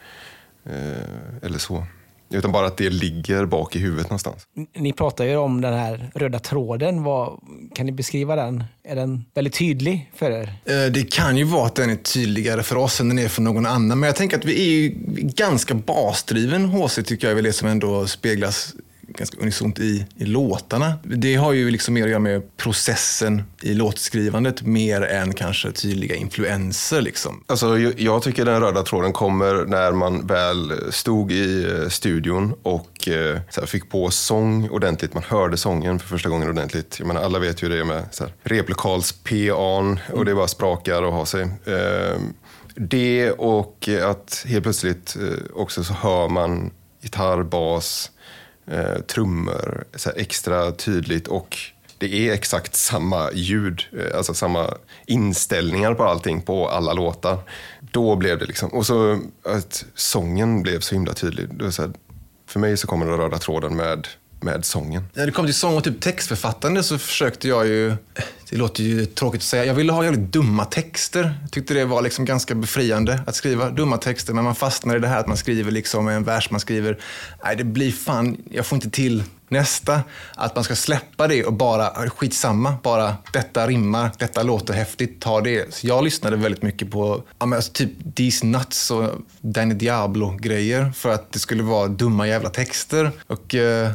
eh, eller så. Utan bara att det ligger bak i huvudet någonstans. Ni pratar ju om den här röda tråden. Vad, kan ni beskriva den? Är den väldigt tydlig för er? Det kan ju vara att den är tydligare för oss än den är för någon annan. Men jag tänker att vi är ju ganska basdriven H C, tycker jag är väl det som ändå speglas ganska unisont i, i låtarna. Det har ju liksom mer att göra med processen i låtskrivandet mer än kanske tydliga influenser liksom. Alltså, jag tycker den röda tråden kommer när man väl stod i studion och eh, så här, fick på sång ordentligt. Man hörde sången för första gången ordentligt. Jag menar, alla vet ju det med så här, replokals P A:n och det bara sprakar och har sig. Eh, det och att helt plötsligt eh, också så hör man gitarr, bas, Eh, trummor så här extra tydligt, och det är exakt samma ljud, eh, alltså samma inställningar på allting på alla låtar. Då blev det liksom, och så att sången blev så himla tydlig. Det var så här, för mig så kommer den röda tråden med med sången. När det kom till sång och typ textförfattande så försökte jag ju, det låter ju tråkigt att säga, jag ville ha jävligt dumma texter. Jag tyckte det var liksom ganska befriande att skriva dumma texter, men man fastnar i det här att man skriver liksom en vers, man skriver, nej det blir fan, jag får inte till nästa, att man ska släppa det och bara, skitsamma, bara detta rimmar, detta låter häftigt, ta det. Så jag lyssnade väldigt mycket på ja, men alltså typ These Nuts och Danny Diablo-grejer för att det skulle vara dumma jävla texter. Och eh,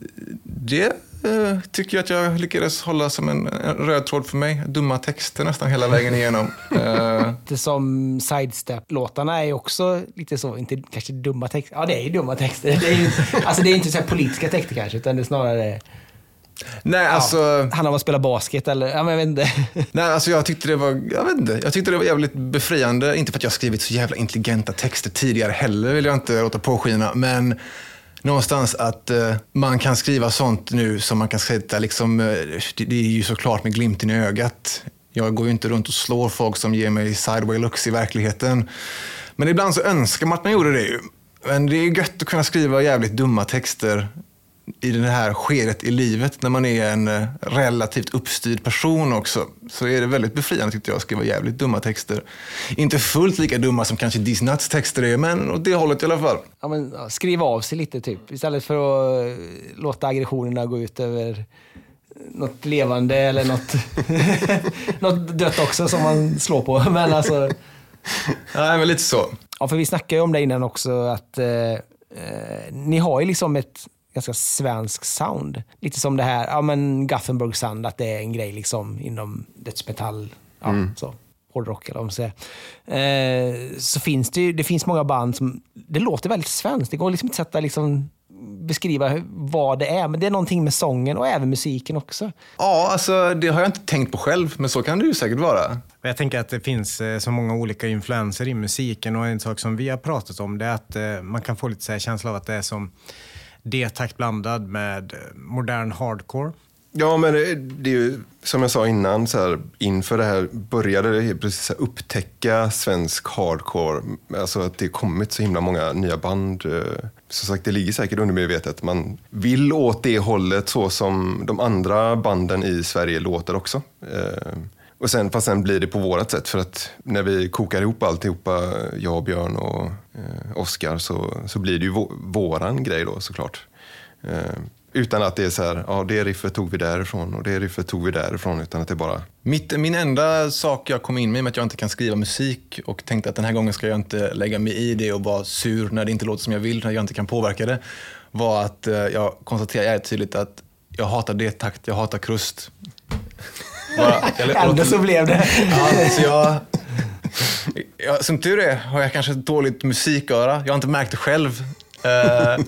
det eh, tycker jag att jag lyckades hålla som en, en röd tråd för mig. Dumma texter nästan hela vägen igenom. eh. Det som Sidestep-låtarna är ju också lite så, inte kanske dumma texter. Ja, det är ju dumma texter. Det är ju, alltså det är inte så här politiska texter kanske, utan det är snarare... Nej, alltså... Ja, han har att spela basket eller... Ja, men jag vet inte. Nej, alltså jag tyckte det var... Jag vet inte. Jag tyckte det var jävligt befriande. Inte för att jag har skrivit så jävla intelligenta texter tidigare heller, vill jag inte låta påskina. Men... någonstans att eh, man kan skriva sånt nu som man kan sätta liksom, eh, det, det är ju såklart med glimten i ögat. Jag går ju inte runt och slår folk som ger mig sideway looks i verkligheten. Men ibland så önskar man att man gjorde det ju. Men det är ju gött att kunna skriva jävligt dumma texter i det här skedet i livet när man är en eh, relativt uppstyrd person också. Så är det väldigt befriande tyckte jag att skriva jävligt dumma texter. Inte fullt lika dumma som kanske These Nuts texter är, men åt det hållet i alla fall. Ja, men, ja, skriva av sig lite typ. Istället för att uh, låta aggressionerna gå ut över något levande eller något, något dött också som man slår på. Men alltså... Nej, men lite så. Ja, för vi snackade ju om det innan också att uh, uh, ni har ju liksom ett ganska svensk sound. Lite som det här, ja men Gothenburg Sound, att det är en grej liksom inom dödsmetall, ja, mm. så hårdrock eller vad man säger. Eh, så finns det ju, det finns många band som, det låter väldigt svenskt. Det går liksom inte att sätta liksom beskriva hur, vad det är, men det är någonting med sången och även musiken också. Ja, alltså det har jag inte tänkt på själv, men så kan det ju säkert vara. Jag tänker att det finns så många olika influenser i musiken, och en sak som vi har pratat om det är att man kan få lite så här känsla av att det är som D-takt blandad med modern hardcore. Ja, men det, det är ju som jag sa innan, så här, inför det här började det precis så här, upptäcka svensk hardcore. Alltså att det kommit så himla många nya band. Som sagt, det ligger säkert under medvetet. Man vill åt det hållet så som de andra banden i Sverige låter också. Och sen, fast sen blir det på vårat sätt, för att när vi kokar ihop alltihopa, jag, Björn och eh, Oskar, så, så blir det ju vå, våran grej då såklart. Eh, utan att det är så här, ja det riffet tog vi därifrån och det riffet tog vi därifrån, utan att det bara... Mitt, min enda sak jag kom in med, med att jag inte kan skriva musik och tänkte att den här gången ska jag inte lägga mig i det och vara sur när det inte låter som jag vill, när jag inte kan påverka det, var att eh, jag konstaterar jävligt tydligt att jag hatar D-takt, jag hatar krust. Bara, Ändå så blev det. Ja, så jag, jag, som tur är har jag kanske ett dåligt musiköra. Jag har inte märkt det själv. Uh,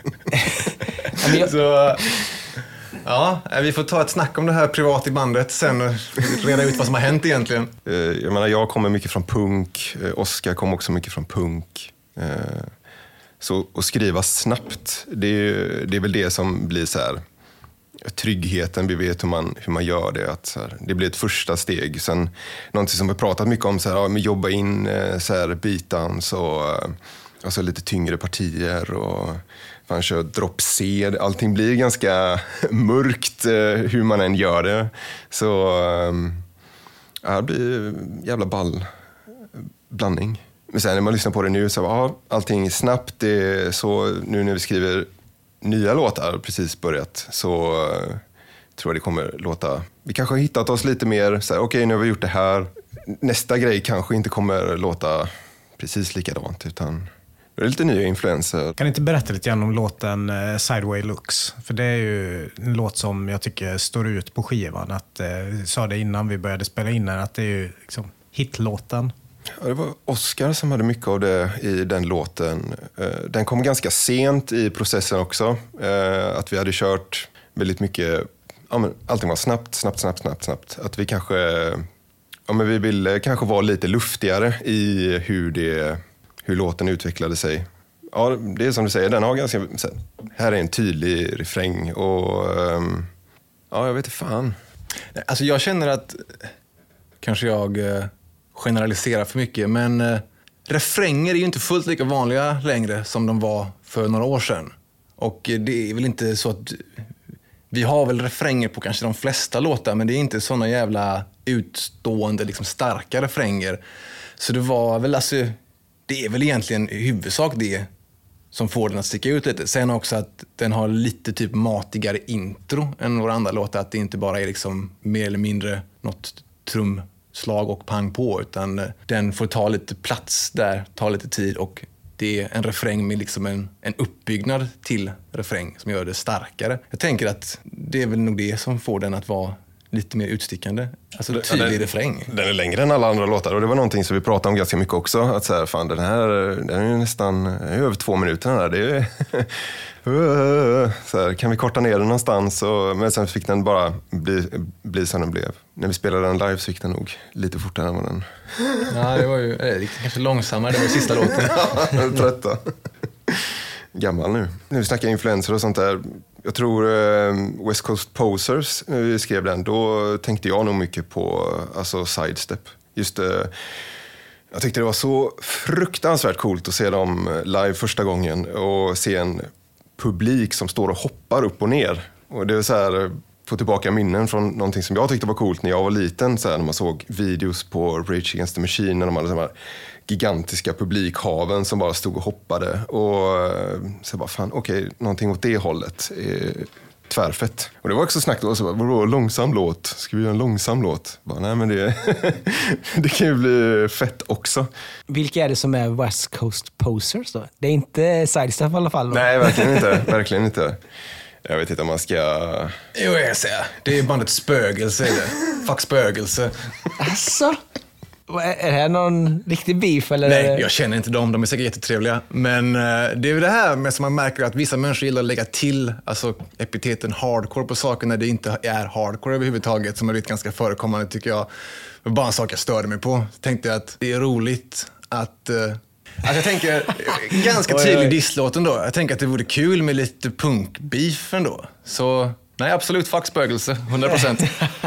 så, ja, vi får ta ett snack om det här privat i bandet sen och reda ut vad som har hänt egentligen. Uh, jag menar, jag kommer mycket från punk. Uh, Oskar kommer också mycket från punk. Uh, så att skriva snabbt, det är, det är väl det som blir så här... tryggheten, vi vet hur man, hur man gör det, att så här, det blir ett första steg. Sen någonting som vi pratat mycket om, så här, ja, med jobba in så här, beatdowns och alltså lite tyngre partier och fan kör drop C, allting blir ganska mörkt hur man än gör det. Så Ja, det blir jävla ball blandning. Men sen när man lyssnar på det nu så ja, allting är snabbt. Det är så nu när vi skriver nya låtar precis börjat så uh, tror jag det kommer låta. Vi kanske har hittat oss lite mer så här, okej, nu har vi gjort det här. Nästa grej kanske inte kommer låta precis likadant utan det är lite nya influenser. Kan ni inte berätta lite grann om låten uh, Sideway Looks? För det är ju en låt som jag tycker står ut på skivan. Att, uh, sa det innan vi började spela in här, att det är ju liksom hitlåten. Ja, det var Oscar som hade mycket av det i den låten. Den kom ganska sent i processen också. Att vi hade kört väldigt mycket, ja, men allting var snabbt, snabbt, snabbt, snabbt, snabbt. Att vi kanske, ja, men vi ville kanske vara lite luftigare i hur, det, hur låten utvecklade sig. Ja, det är som du säger, den har ganska, här är en tydlig refräng och ja, jag vet inte fan. Alltså jag känner att kanske jag generalisera för mycket, men eh, refränger är ju inte fullt lika vanliga längre som de var för några år sedan. Och eh, det är väl inte så att vi har väl refränger på kanske de flesta låtar, men det är inte såna jävla utstående liksom starka refränger. Så det var väl alltså, det är väl egentligen i huvudsak det som får den att sticka ut lite. Sen också att den har lite typ matigare intro än några andra låtar, att det inte bara är liksom mer eller mindre något trum slag och pang på, utan den får ta lite plats där, ta lite tid, och det är en refräng med liksom en, en uppbyggnad till refräng som gör det starkare. Jag tänker att det är väl nog det som får den att vara lite mer utstickande. Alltså en tydlig den, refräng. Den är längre än alla andra låtar och det var någonting som vi pratade om ganska mycket också. Att så här, fan, den här den är nästan är över två minuter. Den här. Det är, så här, kan vi korta ner den någonstans? Och, men sen fick den bara bli, bli som den blev. När vi spelade den live så fick den nog lite fortare än vad den... Ja, det var ju det kanske långsammare. Det var ju sista låten. Ja, trötta. Gammal nu. När vi snackar influenser och sånt där. Jag tror eh, West Coast Posers, när vi skrev den, då tänkte jag nog mycket på alltså Sidestep. Just eh, jag tyckte det var så fruktansvärt coolt att se dem live första gången och se en publik som står och hoppar upp och ner. Och det är så här, få tillbaka minnen från någonting som jag tyckte var coolt när jag var liten, så här, när man såg videos på Rage Against the Machine, när de hade så här gigantiska publikhaven som bara stod och hoppade. Och så bara, fan, okej, okay, någonting åt det hållet är tvärfett. Och det var också snack då, så bara, vadå, långsam låt? Ska vi göra en långsam låt? Bara, nej, men det, det kan ju bli fett också. Vilka är det som är West Coast Posers då? Det är inte Sidestep i alla fall? Då. Nej, verkligen inte. Verkligen inte. Jag vet inte om man ska... Jo, jag säger. Det är bandet Spögelse, är det. Fuck Spögelse. Asså? Är det här någon riktig beef? Eller? Nej, jag känner inte dem. De är säkert jättetrevliga. Men uh, det är väl det här med som man märker att vissa människor gillar att lägga till alltså epiteten hardcore på saker när det inte är hardcore överhuvudtaget, som är lite ganska förekommande tycker jag. Det var bara en sak jag störde mig på. Så tänkte jag att det är roligt att... Uh, Alltså jag tänker, ganska tydlig disslåt ändå. Jag tänker att det vore kul med lite punkbeef ändå. Så nej, absolut, fuck Spögelse, hundra procent.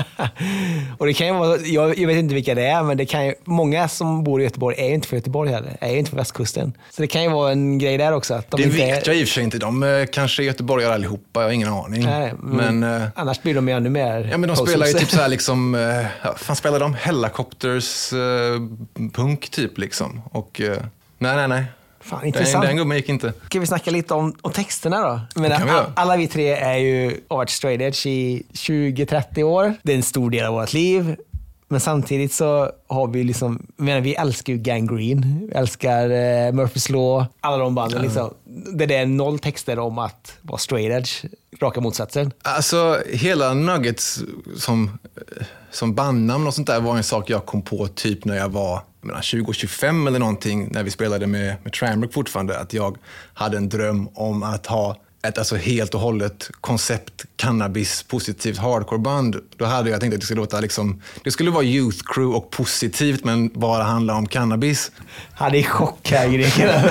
Och det kan ju vara, jag, jag vet inte vilka det är, men det kan ju, många som bor i Göteborg är ju inte från Göteborg heller, är ju inte från västkusten. Så det kan ju vara en grej där också. Att de det inte vet är... jag i och för sig inte. De eh, kanske är göteborgare allihopa, jag har ingen aning. Nej, men, men eh, annars blir de ju ännu mer... Ja, men de spelar ju typ så här liksom, eh, ja, fan spelar de? Helicopters eh, punk typ liksom. Och eh, nej, nej, nej. Fan, intressant. Den, den gubben gick inte. Ska vi snacka lite om, om texterna då? Men vi all, alla vi tre är ju har varit straight edge i tjugo trettio år. Det är en stor del av vårt liv. Men samtidigt så har vi liksom, menar, vi älskar ju Gangrene, vi älskar eh, Murphys Law, alla de banden mm. liksom. Det, det är noll texter om att vara straight edge, raka motsatsen. Alltså hela Nuggets som, som bandnamn och sånt där var en sak jag kom på typ när jag var tjugo tjugofem eller någonting, när vi spelade med, med Tramrock fortfarande, att jag hade en dröm om att ha ett alltså helt och hållet koncept cannabis positivt hardcore-band. Då hade jag tänkt att det skulle låta liksom, det skulle vara Youth Crew och positivt men bara handla om cannabis. Han är chock här, grekerna.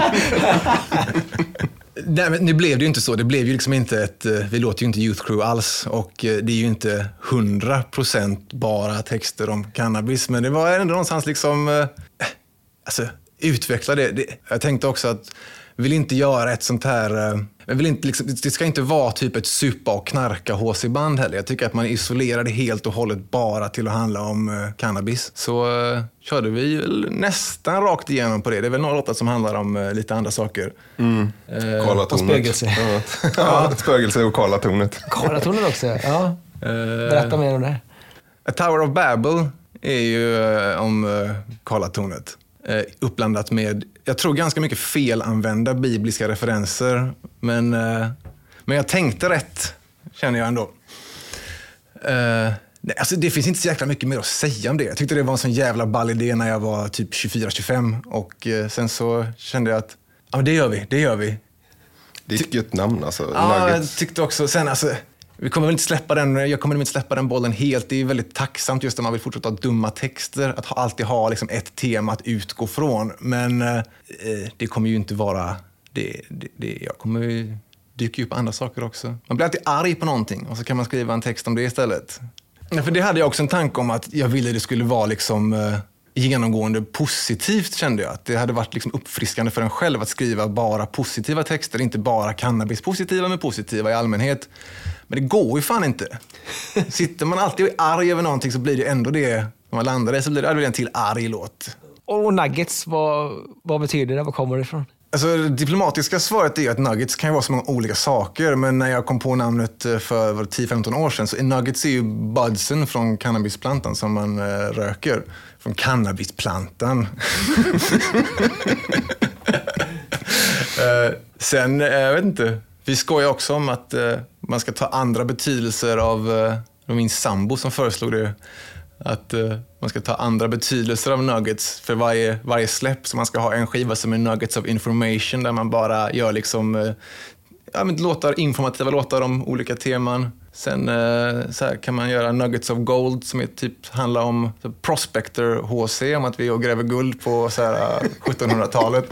Nej, men nu blev det ju inte så. Det blev ju liksom inte ett, vi låter ju inte Youth Crew alls, och det är ju inte hundra procent bara texter om cannabis, men det var ändå någonstans liksom eh, alltså utveckla det. det. Jag tänkte också att vi vill inte göra ett sånt här, jag vill inte, liksom, det ska inte vara typ ett supa och knarka H C-band heller. Jag tycker att man isolerar det helt och hållet bara till att handla om uh, cannabis. Så uh, körde vi väl nästan rakt igenom på det. Det är väl några låtar som handlar om uh, lite andra saker. Mm. Uh, och spögelse. Ja, ja spögelse och Karlatornet. Karlatornet också, ja. Uh, Berätta mer om det. A Tower of Babel är ju uh, om uh, Karlatornet. Uh, uppblandat med, jag tror ganska mycket felanvända bibliska referenser. Men, uh, men jag tänkte rätt, känner jag ändå. Uh, nej, alltså det finns inte så jäkla mycket mer att säga om det. Jag tyckte det var en sån jävla ball idé när jag var typ tjugofyra tjugofem. Och uh, sen så kände jag att ja, det gör vi, det gör vi. Det är ett namn alltså. Ja, Nuggets. jag tyckte också, sen alltså, vi kommer väl inte släppa den, jag kommer inte släppa den bollen helt. Det är väldigt tacksamt just när man vill fortsätta ha dumma texter, att ha, alltid ha liksom ett tema att utgå från. Men eh, det kommer ju inte vara, det, det, det, jag kommer ju dyka upp andra saker också. Man blir alltid arg på någonting och så kan man skriva en text om det istället. Ja, för det hade jag också en tanke om att jag ville det skulle vara liksom eh, genomgående positivt, kände jag. Att det hade varit liksom uppfriskande för en själv att skriva bara positiva texter, inte bara cannabis-positiva men positiva i allmänhet. Men det går ju fan inte. Sitter man alltid och är arg över någonting så blir det ändå det. När man landar i så blir det en till arg låt. Och nuggets, vad, vad betyder det? Vad kommer det ifrån? Alltså, det diplomatiska svaret är att nuggets kan ju vara så många olika saker. Men när jag kom på namnet för tio femton år sedan så är nuggets är ju budsen från cannabisplantan som man uh, röker. Från cannabisplantan. uh, sen, uh, jag vet inte. Vi skojar också om att uh, man ska ta andra betydelser av uh, min sambo som föreslog det. Att uh, man ska ta andra betydelser av nuggets för varje, varje släpp. Så man ska ha en skiva som är nuggets of information där man bara gör liksom, uh, ja, men låtar, informativa låtar om olika teman. Sen uh, så här kan man göra nuggets of gold som är typ, handlar om så, prospector H C, om att vi gräver guld på så här, uh, sjuttonhundratalet.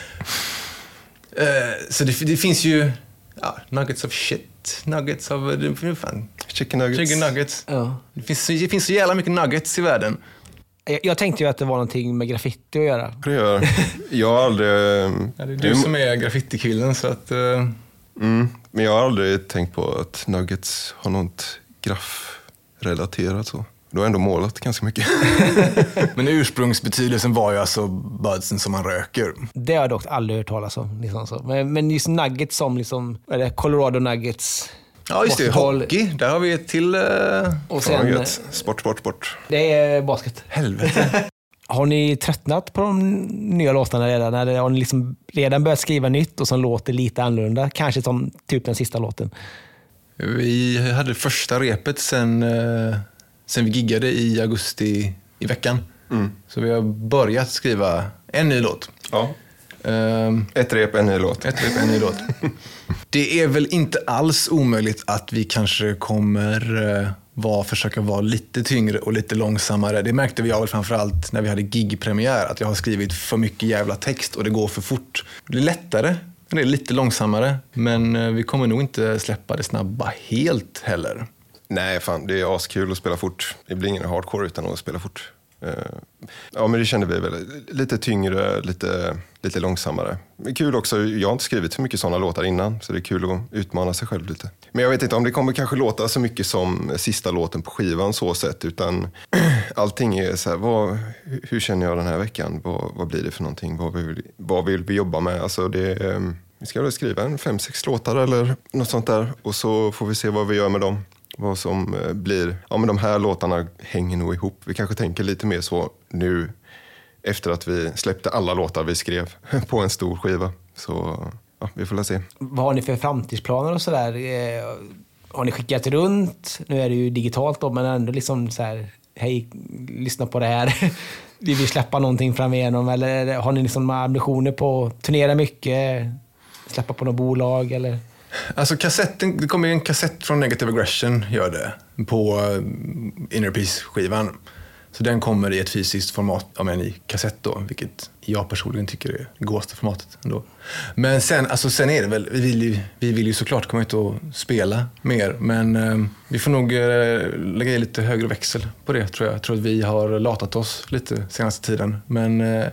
uh, så det, det finns ju ja, nuggets of shit, nuggets of uh, fan. Chicken nuggets. Chicken nuggets. Ja. Det finns, det finns så jävla mycket nuggets i världen. Jag, jag tänkte ju att det var någonting med graffiti att göra. Det gör. Jag har aldrig... Ja, det är du som är graffitikillen så att... Uh... Mm, men jag har aldrig tänkt på att nuggets har något graff-relaterat så. Du har ändå målat ganska mycket. Men ursprungsbetydelsen var ju alltså budsen som man röker. Det har jag dock aldrig hört talas om. Liksom så. Men, men just nuggets som liksom, vad är det, Colorado Nuggets. Ja, just det. Hockey. Där har vi ett till... Uh... Och sen, ja, sport, sport, sport. Det är basket. Helvete. Har ni tröttnat på de nya låtarna redan? Eller har ni liksom redan börjat skriva nytt och som låter lite annorlunda? Kanske som typ den sista låten. Vi hade första repet sen, uh, sen vi giggade i augusti i veckan. Mm. Så vi har börjat skriva en ny låt. Ja. Um, ett rep, en ny låt. Ett rep, en ny låt. Det är väl inte alls omöjligt att vi kanske kommer uh, var, försöka vara lite tyngre och lite långsammare. Det märkte vi väl framförallt när vi hade gigpremiär. Att jag har skrivit för mycket jävla text och det går för fort. Det är lättare, det är lite långsammare. Men uh, vi kommer nog inte släppa det snabba helt heller. Nej, fan, det är askul att spela fort. Det blir ingen hardcore utan att spela fort. Ja, men det kände vi väl. Lite tyngre, lite, lite långsammare. Men kul också, jag har inte skrivit så mycket sådana låtar innan. Så det är kul att utmana sig själv lite. Men jag vet inte om det kommer kanske låta så mycket som sista låten på skivan så sett. Utan allting är så här, vad, hur känner jag den här veckan? Vad, vad blir det för någonting? Vad vill, vad vill vi jobba med? Alltså det, vi ska väl skriva en fem, sex låtar eller något sånt där. Och så får vi se vad vi gör med dem. Vad som blir, ja men de här låtarna hänger nog ihop. Vi kanske tänker lite mer så nu efter att vi släppte alla låtar vi skrev på en stor skiva. Så ja, vi får la se. Vad har ni för framtidsplaner och sådär? Har ni skickat runt? Nu är det ju digitalt då, men ändå liksom så här, hej, lyssna på det här. Vi vill släppa någonting fram igenom. Eller har ni liksom ambitioner på att turnera mycket? Släppa på något bolag eller... Alltså kassetten, det kommer ju en kassett från Negative Aggression, gör det, på Inner Peace-skivan. Så den kommer i ett fysiskt format, ja men i kassett då, vilket jag personligen tycker är det godaste formatet ändå. Men sen, alltså sen är det väl, vi vill ju, vi vill ju såklart komma ut och spela mer, men eh, vi får nog eh, lägga i lite högre växel på det tror jag. Jag tror att vi har latat oss lite senaste tiden, men eh,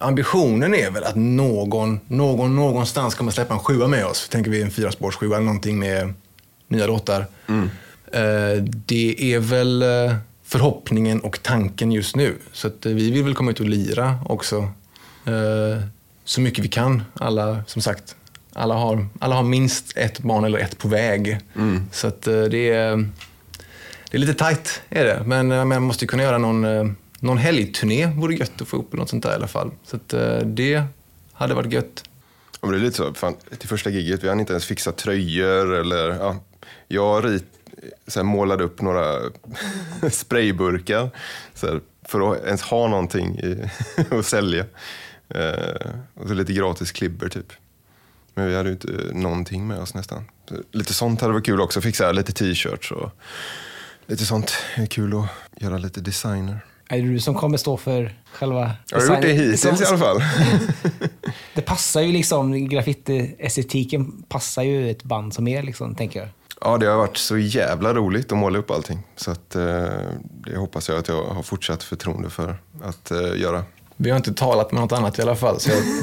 ambitionen är väl att någon, någon någonstans kommer släppa en sjua med oss. Tänker vi en fyraspårssjua eller någonting med nya låtar. Mm. Eh, det är väl eh, förhoppningen och tanken just nu. Så att, eh, vi vill väl komma ut och lira också. Eh, så mycket vi kan. Alla, som sagt, alla har, alla har minst ett barn eller ett på väg. Mm. Så att eh, det är... Det är lite tajt är det, men man måste ju kunna göra någon, någon helgturné. Vore gött att få upp något sånt där i alla fall. Så att, det hade varit gött. Ja, det är lite så, fan, till första giget, vi hade inte ens fixat tröjor eller, ja, jag rit, så här, målade upp några sprayburkar så här, för att ens ha någonting i, att sälja. Eh, och så lite gratis klibber typ. Men vi hade ju inte någonting med oss nästan. Så lite sånt hade varit kul också, fixa lite t-shirts och lite sånt. Det är kul att göra lite designer. Är det du som kommer stå för själva jag har gjort det hittills som, i alla fall. Det passar ju liksom, graffiti-estetiken passar ju ett band som er liksom, tänker jag. Ja, det har varit så jävla roligt att måla upp allting. Så att, eh, det hoppas jag att jag har fortsatt förtroende för att eh, göra. Vi har inte talat med något annat i alla fall. Så jag...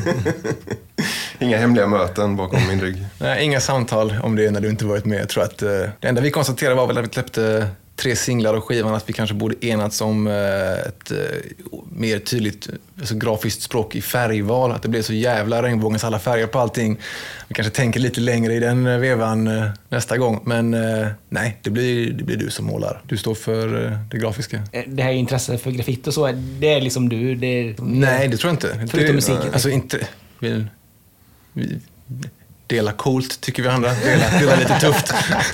Inga hemliga möten bakom min rygg. Nej, inga samtal om det när du inte varit med. Jag tror att eh, det enda vi konstaterade var väl att vi släppte tre singlar och skivan, att vi kanske borde enats om eh, ett eh, mer tydligt alltså, grafiskt språk i färgval. Att det blev så jävla regnbågens alla färger på allting. Vi kanske tänker lite längre i den vevan eh, nästa gång. Men eh, nej, det blir, det blir du som målar. Du står för eh, det grafiska. Det här är intresse för graffiti och så, det är liksom du? Det är, nej, det tror jag inte. Förutom det, musiken? Alltså inte... Vi, vi delar coolt, tycker vi andra. Delar, delar lite tufft.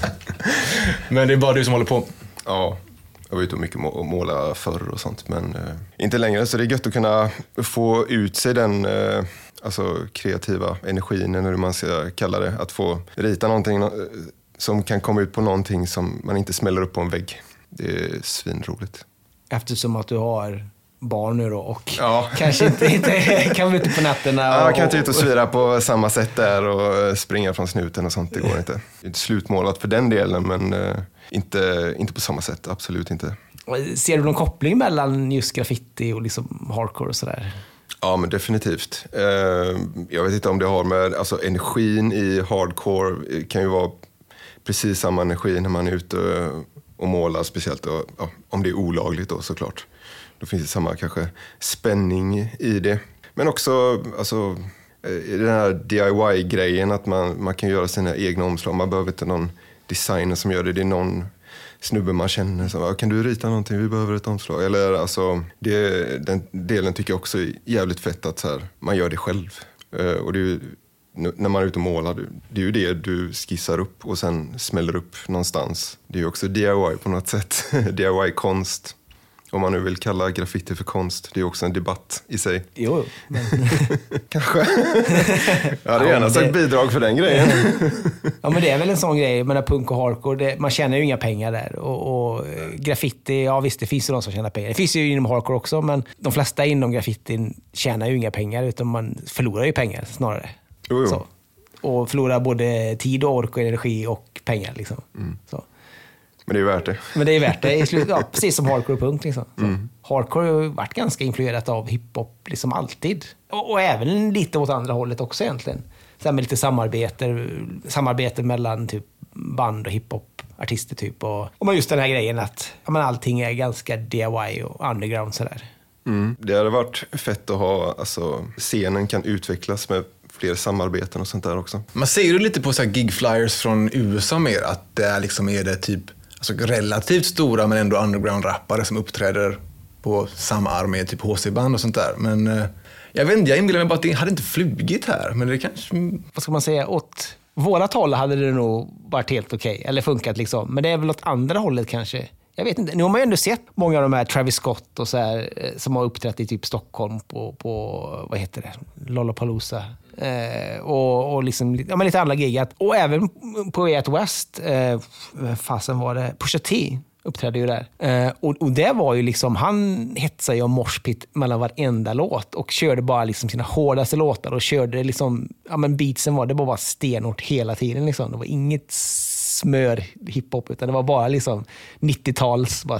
Men det är bara du som håller på. Ja, jag var ute och mycket må- måla förr och sånt, men eh, inte längre. Så det är gött att kunna få ut sig den eh, alltså, kreativa energin, eller hur man ska kalla det. Att få rita någonting eh, som kan komma ut på någonting som man inte smäller upp på en vägg. Det är svinroligt. Eftersom att du har barn nu då och ja. kanske inte, inte kan vara ute på nätterna. Och, ja, jag kan inte ut och svira på samma sätt där och springa från snuten och sånt. Det går inte. Det är inte slutmålat för den delen, men eh, inte, inte på samma sätt. Absolut inte. Ser du någon koppling mellan just graffiti och liksom hardcore och sådär? Ja, men definitivt. Eh, jag vet inte om det har med... Alltså energin i hardcore kan ju vara precis samma energi när man är ute och målar, speciellt och, ja, om det är olagligt då såklart. Då finns det samma kanske spänning i det. Men också alltså, den här D I Y-grejen, att man, man kan göra sina egna omslag. Man behöver inte någon designer som gör det. Det är någon snubbe man känner som, kan du rita någonting? Vi behöver ett omslag. Eller alltså, det, den delen tycker jag också är jävligt fett, att så här, man gör det själv. Och det är ju, när man är ute och målar, det är ju det du skissar upp och sen smäller upp någonstans. Det är ju också D I Y på något sätt. D I Y-konst. Om man nu vill kalla graffiti för konst. Det är också en debatt i sig. Jo, men... kanske. Ja, det är gärna sagt bidrag för den grejen. Ja, men det är väl en sån grej med punk och hardcore. Det, man tjänar ju inga pengar där. Och, och graffiti, ja visst, det finns ju de som tjänar pengar. Det finns ju inom hardcore också, men de flesta inom graffitin tjänar ju inga pengar, utan man förlorar ju pengar snarare. Jo, jo. Så. Och förlorar både tid och ork och energi och pengar liksom. Mm. Så. Men det är värt det. Men det är värt det i slut, ja, precis som hardcore och punk liksom. Mm. Hardcore har ju varit ganska influerat av hiphop liksom alltid. Och, och även lite åt andra hållet också egentligen. Så med lite samarbete, samarbete mellan typ band och hiphop-artister typ. Och, och just den här grejen att ja, men allting är ganska D I Y och underground sådär. Mm. Det hade varit fett att ha, alltså scenen kan utvecklas med fler samarbeten och sånt där också. Man ser ju lite på så här gigflyers från U S A mer, att det är liksom är det typ alltså relativt stora men ändå underground-rappare som uppträder på samma arm med typ H C-band och sånt där. Men eh, jag vet inte, jag inbillar mig bara att det hade inte flugit här. Men det kanske... Vad ska man säga? Åt våra håll hade det nog varit helt okej. Okay, eller funkat liksom. Men det är väl åt andra hållet kanske. Jag vet inte. Nu har man ju ändå sett många av de här Travis Scott och så här, som har uppträtt i typ Stockholm på, på vad heter det? Lollapalooza. Eh, och, och liksom, ja, men lite andra giggat. Och även på Way Out West, eh, fasen var det, Pusha T uppträdde ju där. Eh, och, och det var ju liksom, han hetsade ju om morspit mellan varenda låt och körde bara liksom sina hårdaste låtar och körde liksom, ja men beatsen var, det bara var stenhårt hela tiden liksom. Det var inget smör hiphop, utan det var bara liksom nittio-tals, bara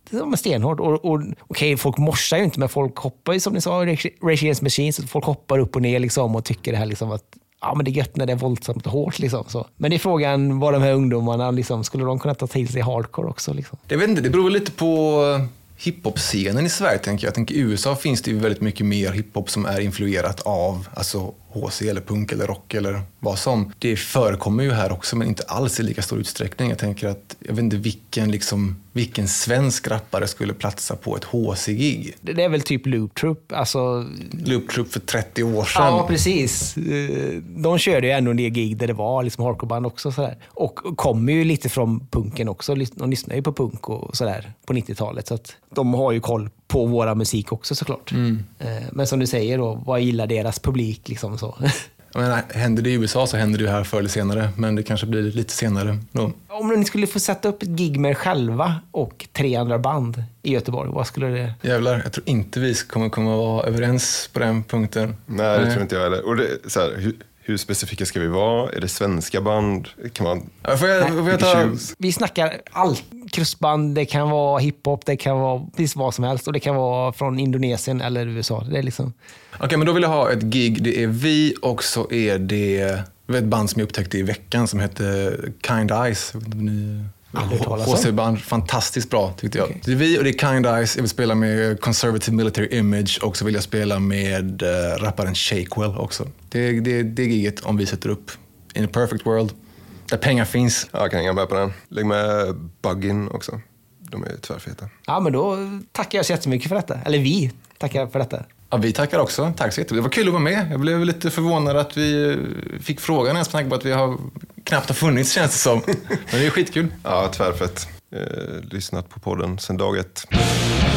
de är stenhårt. Och, och, okej, okay, folk morsar ju inte, men folk hoppar ju som ni sa, Rage Against Machines, folk hoppar upp och ner liksom, och tycker det här liksom att ja, men det är gött när det är våldsamt och hårt. Liksom, så. Men det är frågan vad de här ungdomarna, liksom, skulle de kunna ta till sig hardcore också? Liksom? Jag vet inte, det beror lite på hiphop-scenen i Sverige, tänker jag. Jag tänker, i U S A finns det ju väldigt mycket mer hiphop som är influerat av alltså H C eller punk eller rock eller vad som. Det förekommer ju här också, men inte alls i lika stor utsträckning. Jag tänker att, jag vet inte vilken, liksom, vilken svensk rappare skulle platsa på ett H C-gig. Det är väl typ Loop Troop. Alltså... Loop Troop för trettio år sedan. Ja, precis. De körde ju ändå en del gig där det var liksom hardcoreband också. Sådär. Och kommer ju lite från punken också. De lyssnar ju på punk och sådär på nittiotalet. Så att de har ju koll på våra musik också såklart. Mm. Men som du säger då, vad gillar deras publik liksom så? Jag menar, händer det i U S A så händer det ju här förr eller senare, men det kanske blir lite senare då. Om ni skulle få sätta upp ett gig med er själva och tre andra band i Göteborg, vad skulle det... Jävlar, jag tror inte vi kommer komma vara överens på den punkten. Nej, det Nej. tror inte jag heller. Och det, så här, hur, hur specifika ska vi vara? Är det svenska band? Kan man... Ja, får jag, får jag ta... Vi snackar allt. Krustband, det kan vara hiphop, det kan vara precis vad som helst, och det kan vara från Indonesien eller U S A. Det är liksom... Okej, okay, men då vill jag ha ett gig. Det är vi, och så är det ett band som jag upptäckte i veckan som heter Kind Eyes. H C-band, fantastiskt bra tyckte jag. Okay. Det är vi och det är Kind Eyes. Jag vill spela med Conservative Military Image, och så vill jag spela med uh, rapparen Shakewell också. Det, det, det är giget om vi sätter upp In a Perfect World. Där pengar finns. Ja, jag kan hänga med på den. Lägg med Buggin också. De är tvärfeta. Ja, men då tackar jag så jättemycket för detta. Eller vi tackar för detta. Ja, vi tackar också. Tack så jättemycket. Det var kul att vara med. Jag blev lite förvånad att vi fick frågan ens på tanke på att vi har knappt har funnits, känns det som. Men det är skitkul. Ja, tvärfett. Eh, lyssnat på podden sedan dag ett.